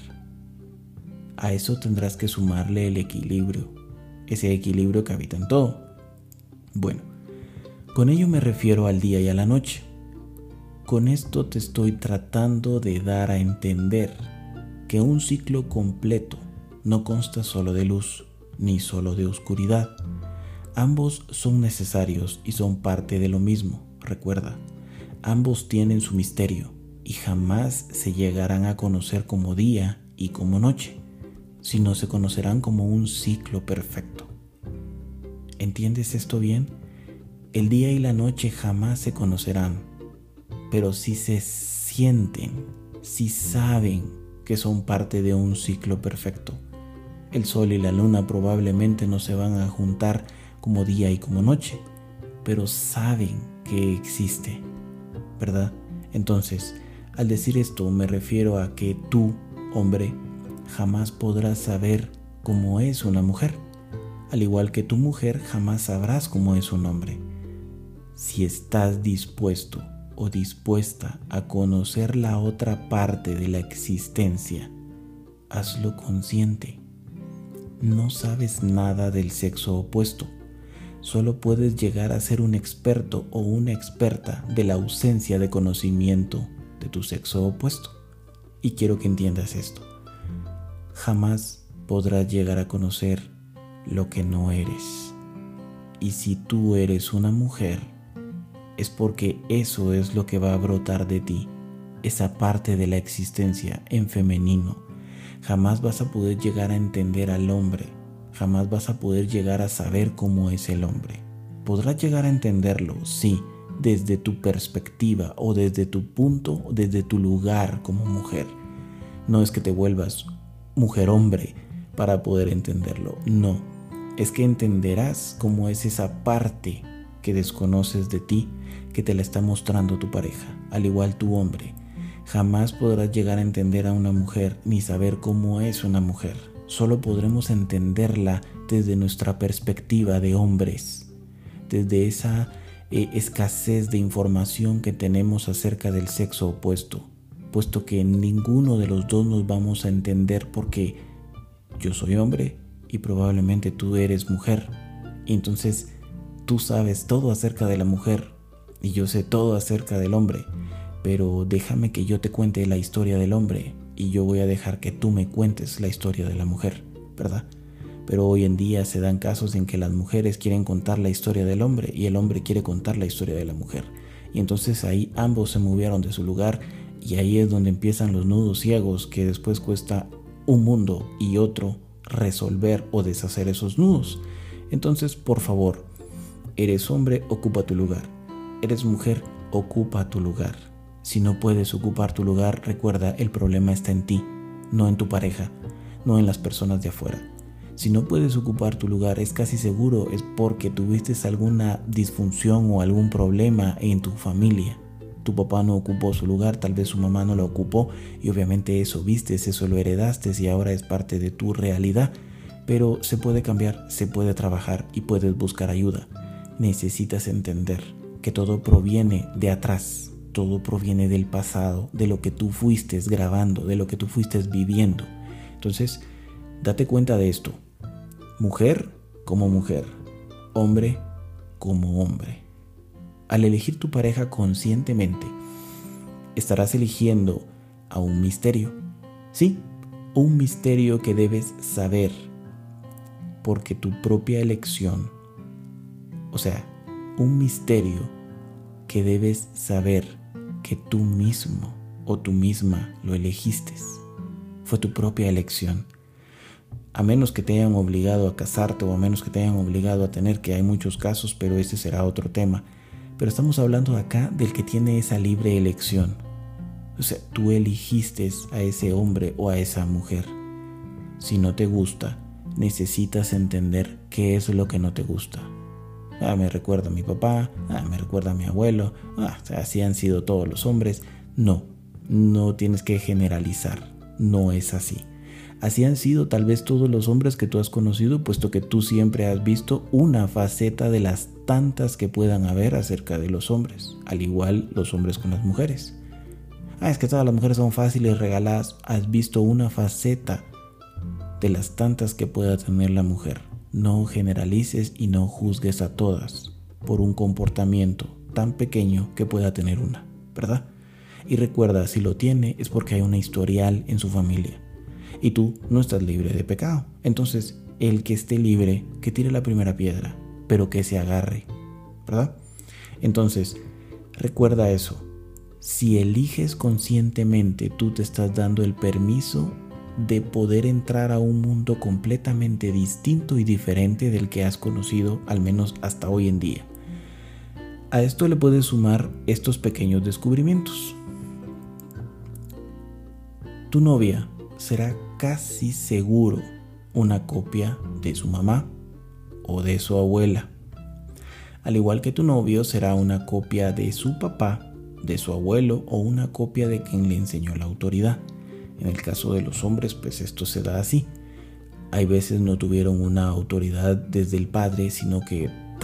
A eso tendrás que sumarle el equilibrio, ese equilibrio que habita en todo. Bueno, con ello me refiero al día y a la noche. Con esto te estoy tratando de dar a entender que un ciclo completo no consta solo de luz ni solo de oscuridad. Ambos son necesarios y son parte de lo mismo. Recuerda, ambos tienen su misterio y jamás se llegarán a conocer como día y como noche, sino se conocerán como un ciclo perfecto. ¿Entiendes esto bien? El día y la noche jamás se conocerán, pero sí se sienten, sí saben que son parte de un ciclo perfecto. El sol y la luna probablemente no se van a juntar como día y como noche, pero saben que existe, ¿verdad? Entonces, al decir esto me refiero a que tú, hombre, jamás podrás saber cómo es una mujer, al igual que tu mujer jamás sabrás cómo es un hombre. Si estás dispuesto o dispuesta a conocer la otra parte de la existencia, hazlo consciente. No sabes nada del sexo opuesto. Solo puedes llegar a ser un experto o una experta de la ausencia de conocimiento de tu sexo opuesto. Y quiero que entiendas esto. Jamás podrás llegar a conocer lo que no eres. Y si tú eres una mujer, es porque eso es lo que va a brotar de ti, esa parte de la existencia en femenino. Jamás vas a poder llegar a entender al hombre, jamás vas a poder llegar a saber cómo es el hombre. Podrás llegar a entenderlo, sí, desde tu perspectiva o desde tu punto, desde tu lugar como mujer. No es que te vuelvas mujer-hombre para poder entenderlo, no. Es que entenderás cómo es esa parte que desconoces de ti, que te la está mostrando tu pareja, al igual tu hombre. Jamás podrás llegar a entender a una mujer ni saber cómo es una mujer. Solo podremos entenderla desde nuestra perspectiva de hombres, desde esa eh, escasez de información que tenemos acerca del sexo opuesto, puesto que ninguno de los dos nos vamos a entender porque yo soy hombre y probablemente tú eres mujer. Y entonces tú sabes todo acerca de la mujer y yo sé todo acerca del hombre, pero déjame que yo te cuente la historia del hombre y yo voy a dejar que tú me cuentes la historia de la mujer, ¿verdad? Pero hoy en día se dan casos en que las mujeres quieren contar la historia del hombre y el hombre quiere contar la historia de la mujer. Y entonces ahí ambos se movieron de su lugar y ahí es donde empiezan los nudos ciegos que después cuesta un mundo y otro resolver o deshacer esos nudos. Entonces, por favor, eres hombre, ocupa tu lugar. Eres mujer, ocupa tu lugar. Si no puedes ocupar tu lugar, recuerda, el problema está en ti, no en tu pareja, no en las personas de afuera. Si no puedes ocupar tu lugar, es casi seguro es porque tuviste alguna disfunción o algún problema en tu familia. Tu papá no ocupó su lugar, tal vez su mamá no lo ocupó y obviamente eso vistes, eso lo heredaste y ahora es parte de tu realidad. Pero se puede cambiar, se puede trabajar y puedes buscar ayuda. Necesitas entender que todo proviene de atrás. Todo proviene del pasado, de lo que tú fuiste grabando, de lo que tú fuiste viviendo. Entonces, date cuenta de esto. Mujer como mujer, hombre como hombre. Al elegir tu pareja conscientemente, estarás eligiendo a un misterio. Sí, un misterio que debes saber, porque tu propia elección, o sea, un misterio que debes saber que tú mismo o tú misma lo elegiste. Fue tu propia elección. A menos que te hayan obligado a casarte o a menos que te hayan obligado a tener, que hay muchos casos, pero ese será otro tema. Pero estamos hablando acá del que tiene esa libre elección. O sea, tú elegiste a ese hombre o a esa mujer. Si no te gusta, necesitas entender qué es lo que no te gusta. Ah, me recuerda a mi papá, ah, me recuerda a mi abuelo, ah, así han sido todos los hombres. No, no tienes que generalizar, no es así. Así han sido tal vez todos los hombres que tú has conocido, puesto que tú siempre has visto una faceta de las tantas que puedan haber acerca de los hombres, al igual los hombres con las mujeres. Ah, es que todas las mujeres son fáciles, regaladas. Has visto una faceta de las tantas que pueda tener la mujer. No generalices y no juzgues a todas por un comportamiento tan pequeño que pueda tener una, ¿verdad? Y recuerda, si lo tiene es porque hay una historial en su familia y tú no estás libre de pecado. Entonces, el que esté libre, que tire la primera piedra, pero que se agarre, ¿verdad? Entonces, recuerda eso. Si eliges conscientemente, tú te estás dando el permiso de poder entrar a un mundo completamente distinto y diferente del que has conocido, al menos hasta hoy en día. A esto le puedes sumar estos pequeños descubrimientos. Tu novia será casi seguro una copia de su mamá o de su abuela. Al igual que tu novio será una copia de su papá, de su abuelo o una copia de quien le enseñó la autoridad. En el caso de los hombres, pues esto se da así. Hay veces no tuvieron una autoridad desde el padre, sino que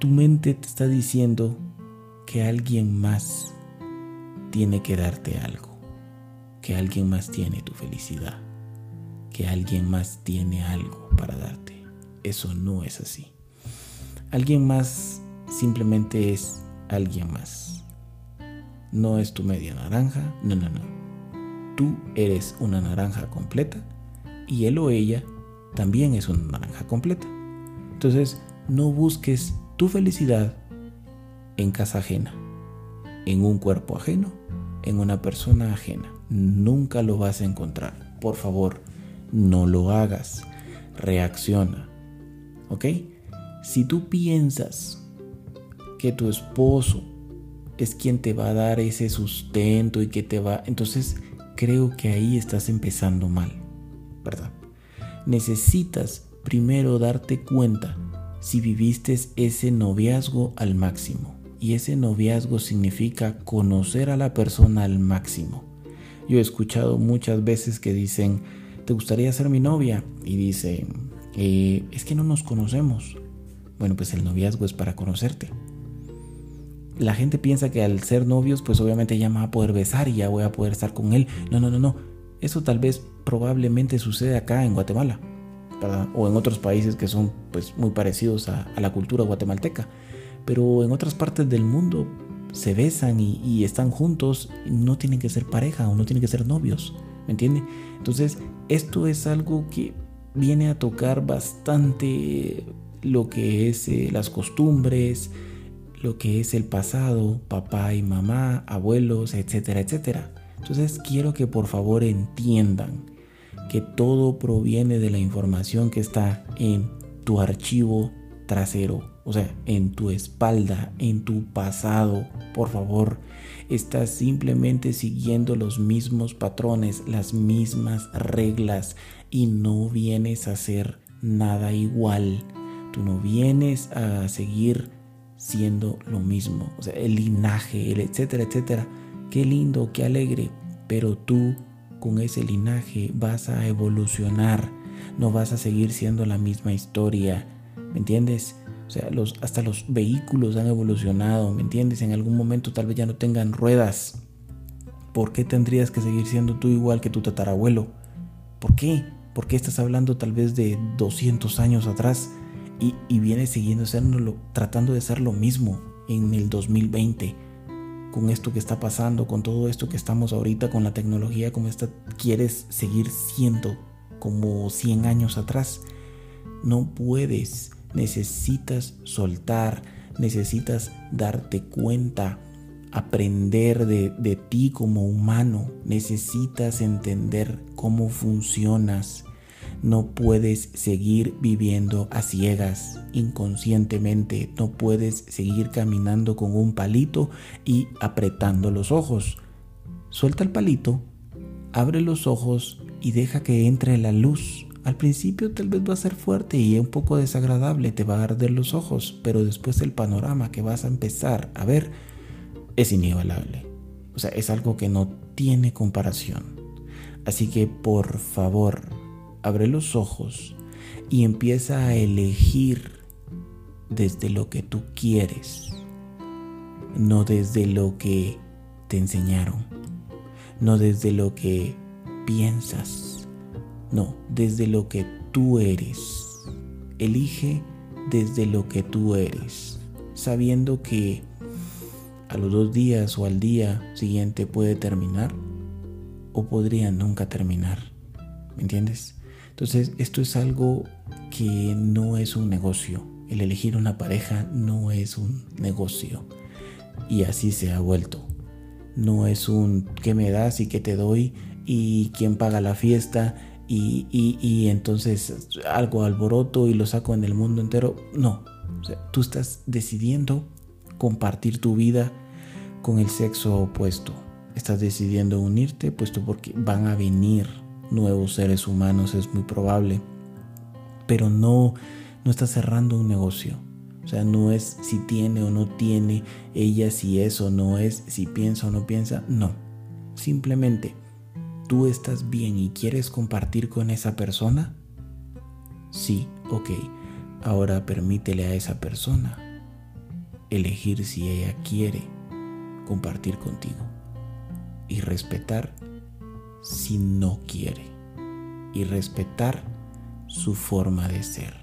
tu mente te está diciendo que alguien más tiene que darte algo, que alguien más tiene tu felicidad, que alguien más tiene algo para darte. Eso no es así. Alguien más simplemente es alguien más. No es tu media naranja, no, no, no. Tú eres una naranja completa y él o ella también es una naranja completa. Entonces, no busques tu felicidad en casa ajena, en un cuerpo ajeno, en una persona ajena. Nunca lo vas a encontrar. Por favor, no lo hagas. Reacciona. ¿Ok? Si tú piensas que tu esposo es quien te va a dar ese sustento y que te va... Entonces, creo que ahí estás empezando mal, ¿verdad? Necesitas primero darte cuenta si viviste ese noviazgo al máximo. Y ese noviazgo significa conocer a la persona al máximo. Yo he escuchado muchas veces que dicen, ¿te gustaría ser mi novia? Y dicen, eh, es que no nos conocemos. Bueno, pues el noviazgo es para conocerte. La gente piensa que al ser novios, pues obviamente ya me va a poder besar y ya voy a poder estar con él. No, no, no, no. Eso tal vez probablemente sucede acá en Guatemala, ¿verdad? O en otros países que son pues muy parecidos a, a la cultura guatemalteca. Pero en otras partes del mundo se besan y, y están juntos. No tienen que ser pareja o no tienen que ser novios, ¿me entiende? Entonces, esto es algo que viene a tocar bastante lo que es eh, las costumbres, lo que es el pasado, papá y mamá, abuelos, etcétera, etcétera. Entonces, quiero que por favor entiendan que todo proviene de la información que está en tu archivo trasero, o sea, en tu espalda, en tu pasado. Por favor, estás simplemente siguiendo los mismos patrones, las mismas reglas y no vienes a hacer nada igual. Tú no vienes a seguir siendo lo mismo, o sea, el linaje, el etcétera, etcétera. Qué lindo, qué alegre, pero tú con ese linaje vas a evolucionar, no vas a seguir siendo la misma historia. ¿Me entiendes? O sea, los, hasta los vehículos han evolucionado, ¿me entiendes? En algún momento tal vez ya no tengan ruedas. ¿Por qué tendrías que seguir siendo tú igual que tu tatarabuelo? ¿Por qué? ¿Por qué estás hablando tal vez de doscientos años atrás y, y vienes siguiendo siendo, tratando de ser lo mismo en el dos mil veinte? Con esto que está pasando, con todo esto que estamos ahorita, con la tecnología como esta, ¿quieres seguir siendo como cien años atrás? No puedes. Necesitas soltar, necesitas darte cuenta, aprender de, de ti como humano, necesitas entender cómo funcionas. No puedes seguir viviendo a ciegas, inconscientemente. No puedes seguir caminando con un palito y apretando los ojos. Suelta el palito, abre los ojos y deja que entre la luz. Al principio tal vez va a ser fuerte y un poco desagradable, te va a arder los ojos, pero después el panorama que vas a empezar a ver es inigualable. O sea, es algo que no tiene comparación. Así que por favor, abre los ojos y empieza a elegir desde lo que tú quieres, no desde lo que te enseñaron, no desde lo que piensas. No, desde lo que tú eres. Elige desde lo que tú eres, sabiendo que a los dos días o al día siguiente puede terminar o podría nunca terminar. ¿Me entiendes? Entonces, esto es algo que no es un negocio. El elegir una pareja no es un negocio. Y así se ha vuelto. No es un ¿qué me das y qué te doy? ¿Y quién paga la fiesta? Y, y, y entonces algo alboroto y lo saco en el mundo entero. No, o sea, tú estás decidiendo compartir tu vida con el sexo opuesto. Estás decidiendo unirte, puesto porque van a venir nuevos seres humanos, es muy probable. Pero no, no estás cerrando un negocio. O sea, no es si tiene o no tiene, ella si es o no es, si piensa o no piensa. No, simplemente ¿tú estás bien y quieres compartir con esa persona? Sí, ok. Ahora permítele a esa persona elegir si ella quiere compartir contigo y respetar si no quiere y respetar su forma de ser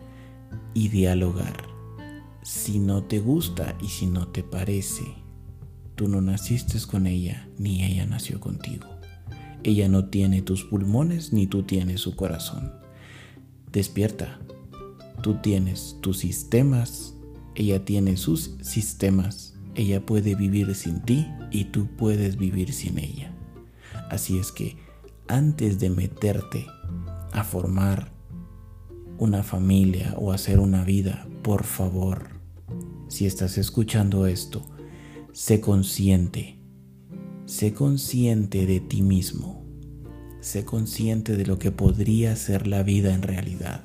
y dialogar. Si no te gusta y si no te parece, tú no naciste con ella ni ella nació contigo. Ella no tiene tus pulmones ni tú tienes su corazón. Despierta. Tú tienes tus sistemas, ella tiene sus sistemas. Ella puede vivir sin ti y tú puedes vivir sin ella. Así es que antes de meterte a formar una familia o hacer una vida, por favor, si estás escuchando esto, sé consciente. Sé consciente de ti mismo. Sé consciente de lo que podría ser la vida en realidad.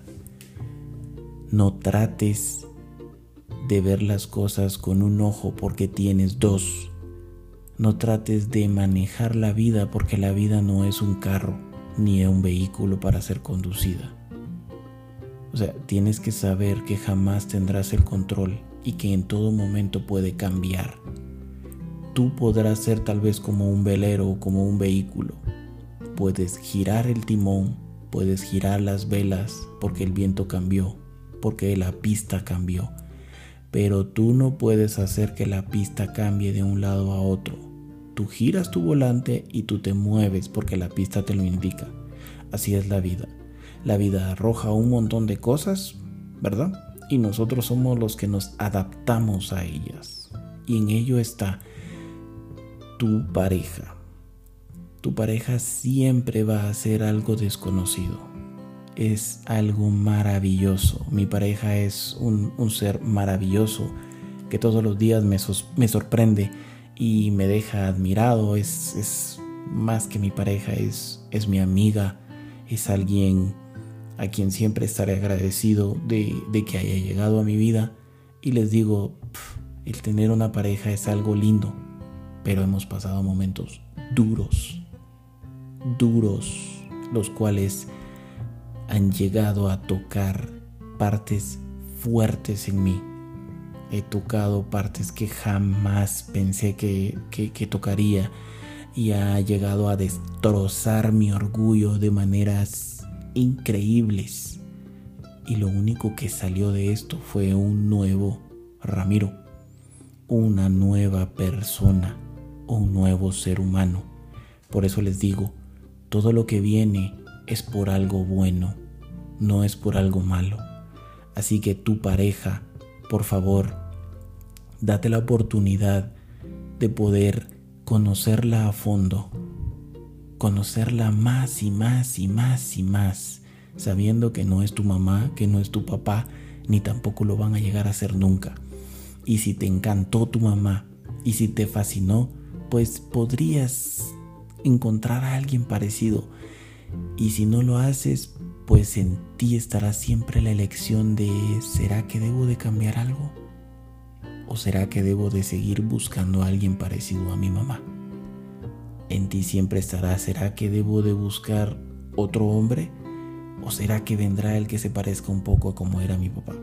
No trates de ver las cosas con un ojo porque tienes dos. No trates de manejar la vida porque la vida no es un carro ni un vehículo para ser conducida. O sea, tienes que saber que jamás tendrás el control y que en todo momento puede cambiar. Tú podrás ser tal vez como un velero o como un vehículo. Puedes girar el timón, puedes girar las velas porque el viento cambió, porque la pista cambió. Pero tú no puedes hacer que la pista cambie de un lado a otro. Tú giras tu volante y tú te mueves porque la pista te lo indica. Así es la vida. La vida arroja un montón de cosas, ¿verdad? Y nosotros somos los que nos adaptamos a ellas. Y en ello está tu pareja. Tu pareja siempre va a ser algo desconocido. Es algo maravilloso. Mi pareja es un, un ser maravilloso que todos los días me, sos, me sorprende y me deja admirado. Es, es más que mi pareja, es, es mi amiga, es alguien a quien siempre estaré agradecido de, de que haya llegado a mi vida. Y les digo, pff, el tener una pareja es algo lindo, pero hemos pasado momentos duros, duros, los cuales han llegado a tocar partes fuertes en mí. He tocado partes que jamás pensé que, que, que tocaría y ha llegado a destrozar mi orgullo de maneras increíbles. Y lo único que salió de esto fue un nuevo Ramiro, una nueva persona, un nuevo ser humano. Por eso les digo, todo lo que viene es por algo bueno, no es por algo malo. Así que tu pareja, por favor, date la oportunidad de poder conocerla a fondo, conocerla más y más y más y más, sabiendo que no es tu mamá, que no es tu papá, ni tampoco lo van a llegar a ser nunca. Y si te encantó tu mamá y si te fascinó, pues podrías encontrar a alguien parecido. Y si no lo haces, pues en ti estará siempre la elección de ¿será que debo de cambiar algo? ¿O será que debo de seguir buscando a alguien parecido a mi mamá? En ti siempre estará ¿será que debo de buscar otro hombre? ¿O será que vendrá el que se parezca un poco a como era mi papá?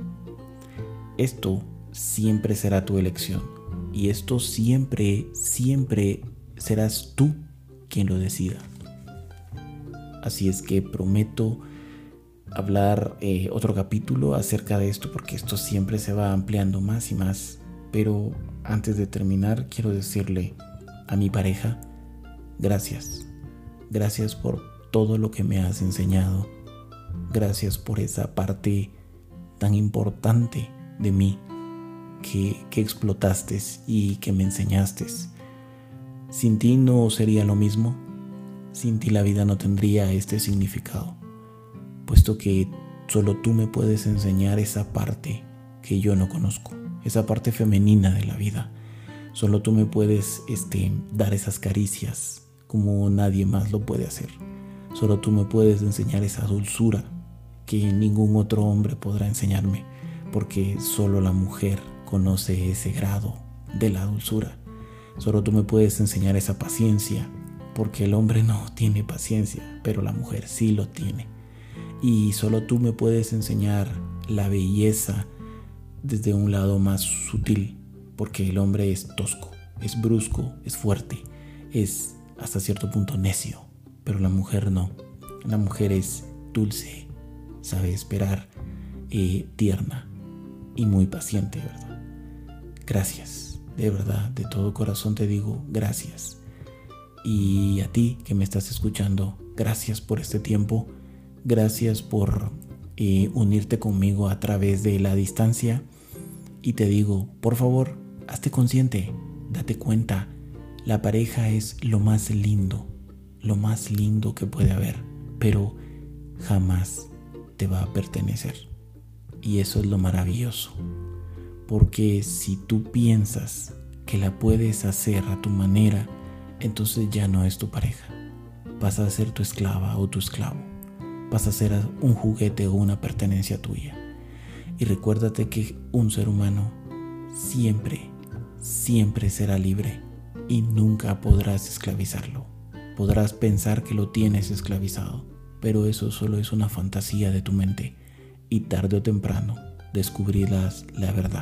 Esto siempre será tu elección. Y esto siempre, siempre serás tú quien lo decida. Así es que prometo hablar eh, otro capítulo acerca de esto, porque esto siempre se va ampliando más y más. Pero antes de terminar, quiero decirle a mi pareja, gracias. Gracias por todo lo que me has enseñado. Gracias por esa parte tan importante de mí que, que explotaste y que me enseñaste. Sin ti no sería lo mismo. Sin ti la vida no tendría este significado, puesto que solo tú me puedes enseñar esa parte que yo no conozco, esa parte femenina de la vida. Solo tú me puedes este, dar esas caricias como nadie más lo puede hacer. Solo tú me puedes enseñar esa dulzura que ningún otro hombre podrá enseñarme, porque solo la mujer conoce ese grado de la dulzura. Solo tú me puedes enseñar esa paciencia, porque el hombre no tiene paciencia, pero la mujer sí lo tiene. Y solo tú me puedes enseñar la belleza desde un lado más sutil, porque el hombre es tosco, es brusco, es fuerte, es hasta cierto punto necio, pero la mujer no. La mujer es dulce, sabe esperar, eh, tierna y muy paciente, ¿verdad? Gracias, de verdad, de todo corazón te digo gracias. Y a ti que me estás escuchando, gracias por este tiempo, gracias por eh, unirte conmigo a través de la distancia. Y te digo, por favor, hazte consciente, date cuenta, la pareja es lo más lindo, lo más lindo que puede haber, pero jamás te va a pertenecer. Y eso es lo maravilloso, porque si tú piensas que la puedes hacer a tu manera, entonces ya no es tu pareja. Vas a ser tu esclava o tu esclavo. Vas a ser un juguete o una pertenencia tuya. Y recuérdate que un ser humano siempre, siempre será libre y nunca podrás esclavizarlo. Podrás pensar que lo tienes esclavizado, pero eso solo es una fantasía de tu mente y tarde o temprano descubrirás la verdad.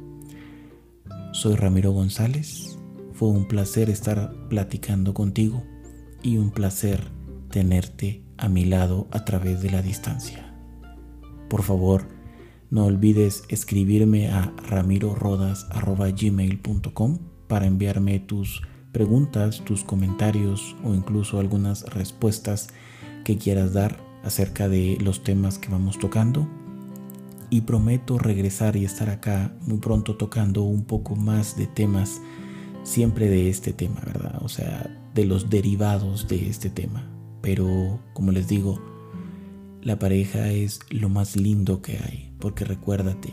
Soy Ramiro González. Fue un placer estar platicando contigo y un placer tenerte a mi lado a través de la distancia. Por favor, no olvides escribirme a ramiro rodas arroba gmail punto com para enviarme tus preguntas, tus comentarios o incluso algunas respuestas que quieras dar acerca de los temas que vamos tocando. Y prometo regresar y estar acá muy pronto tocando un poco más de temas, siempre de este tema, ¿verdad? O sea, de los derivados de este tema. Pero, como les digo, la pareja es lo más lindo que hay, porque recuérdate,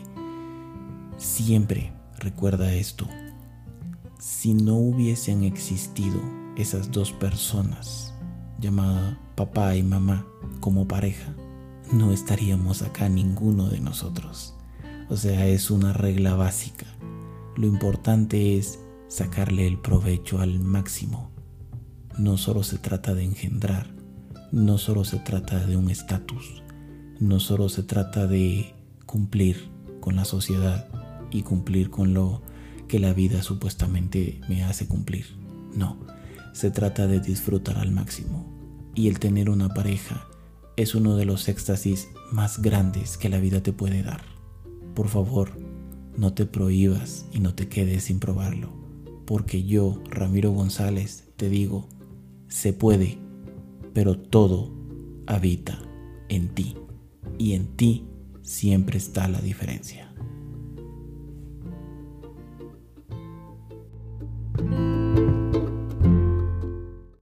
siempre recuerda esto: si no hubiesen existido esas dos personas llamadas papá y mamá como pareja, no estaríamos acá ninguno de nosotros. O sea, es una regla básica. Lo importante es sacarle el provecho al máximo. No solo se trata de engendrar, no solo se trata de un estatus, no solo se trata de cumplir con la sociedad y cumplir con lo que la vida supuestamente me hace cumplir. No, se trata de disfrutar al máximo. Y el tener una pareja es uno de los éxtasis más grandes que la vida te puede dar. Por favor, no te prohíbas y no te quedes sin probarlo, porque yo, Ramiro González, te digo, se puede, pero todo habita en ti, y en ti siempre está la diferencia.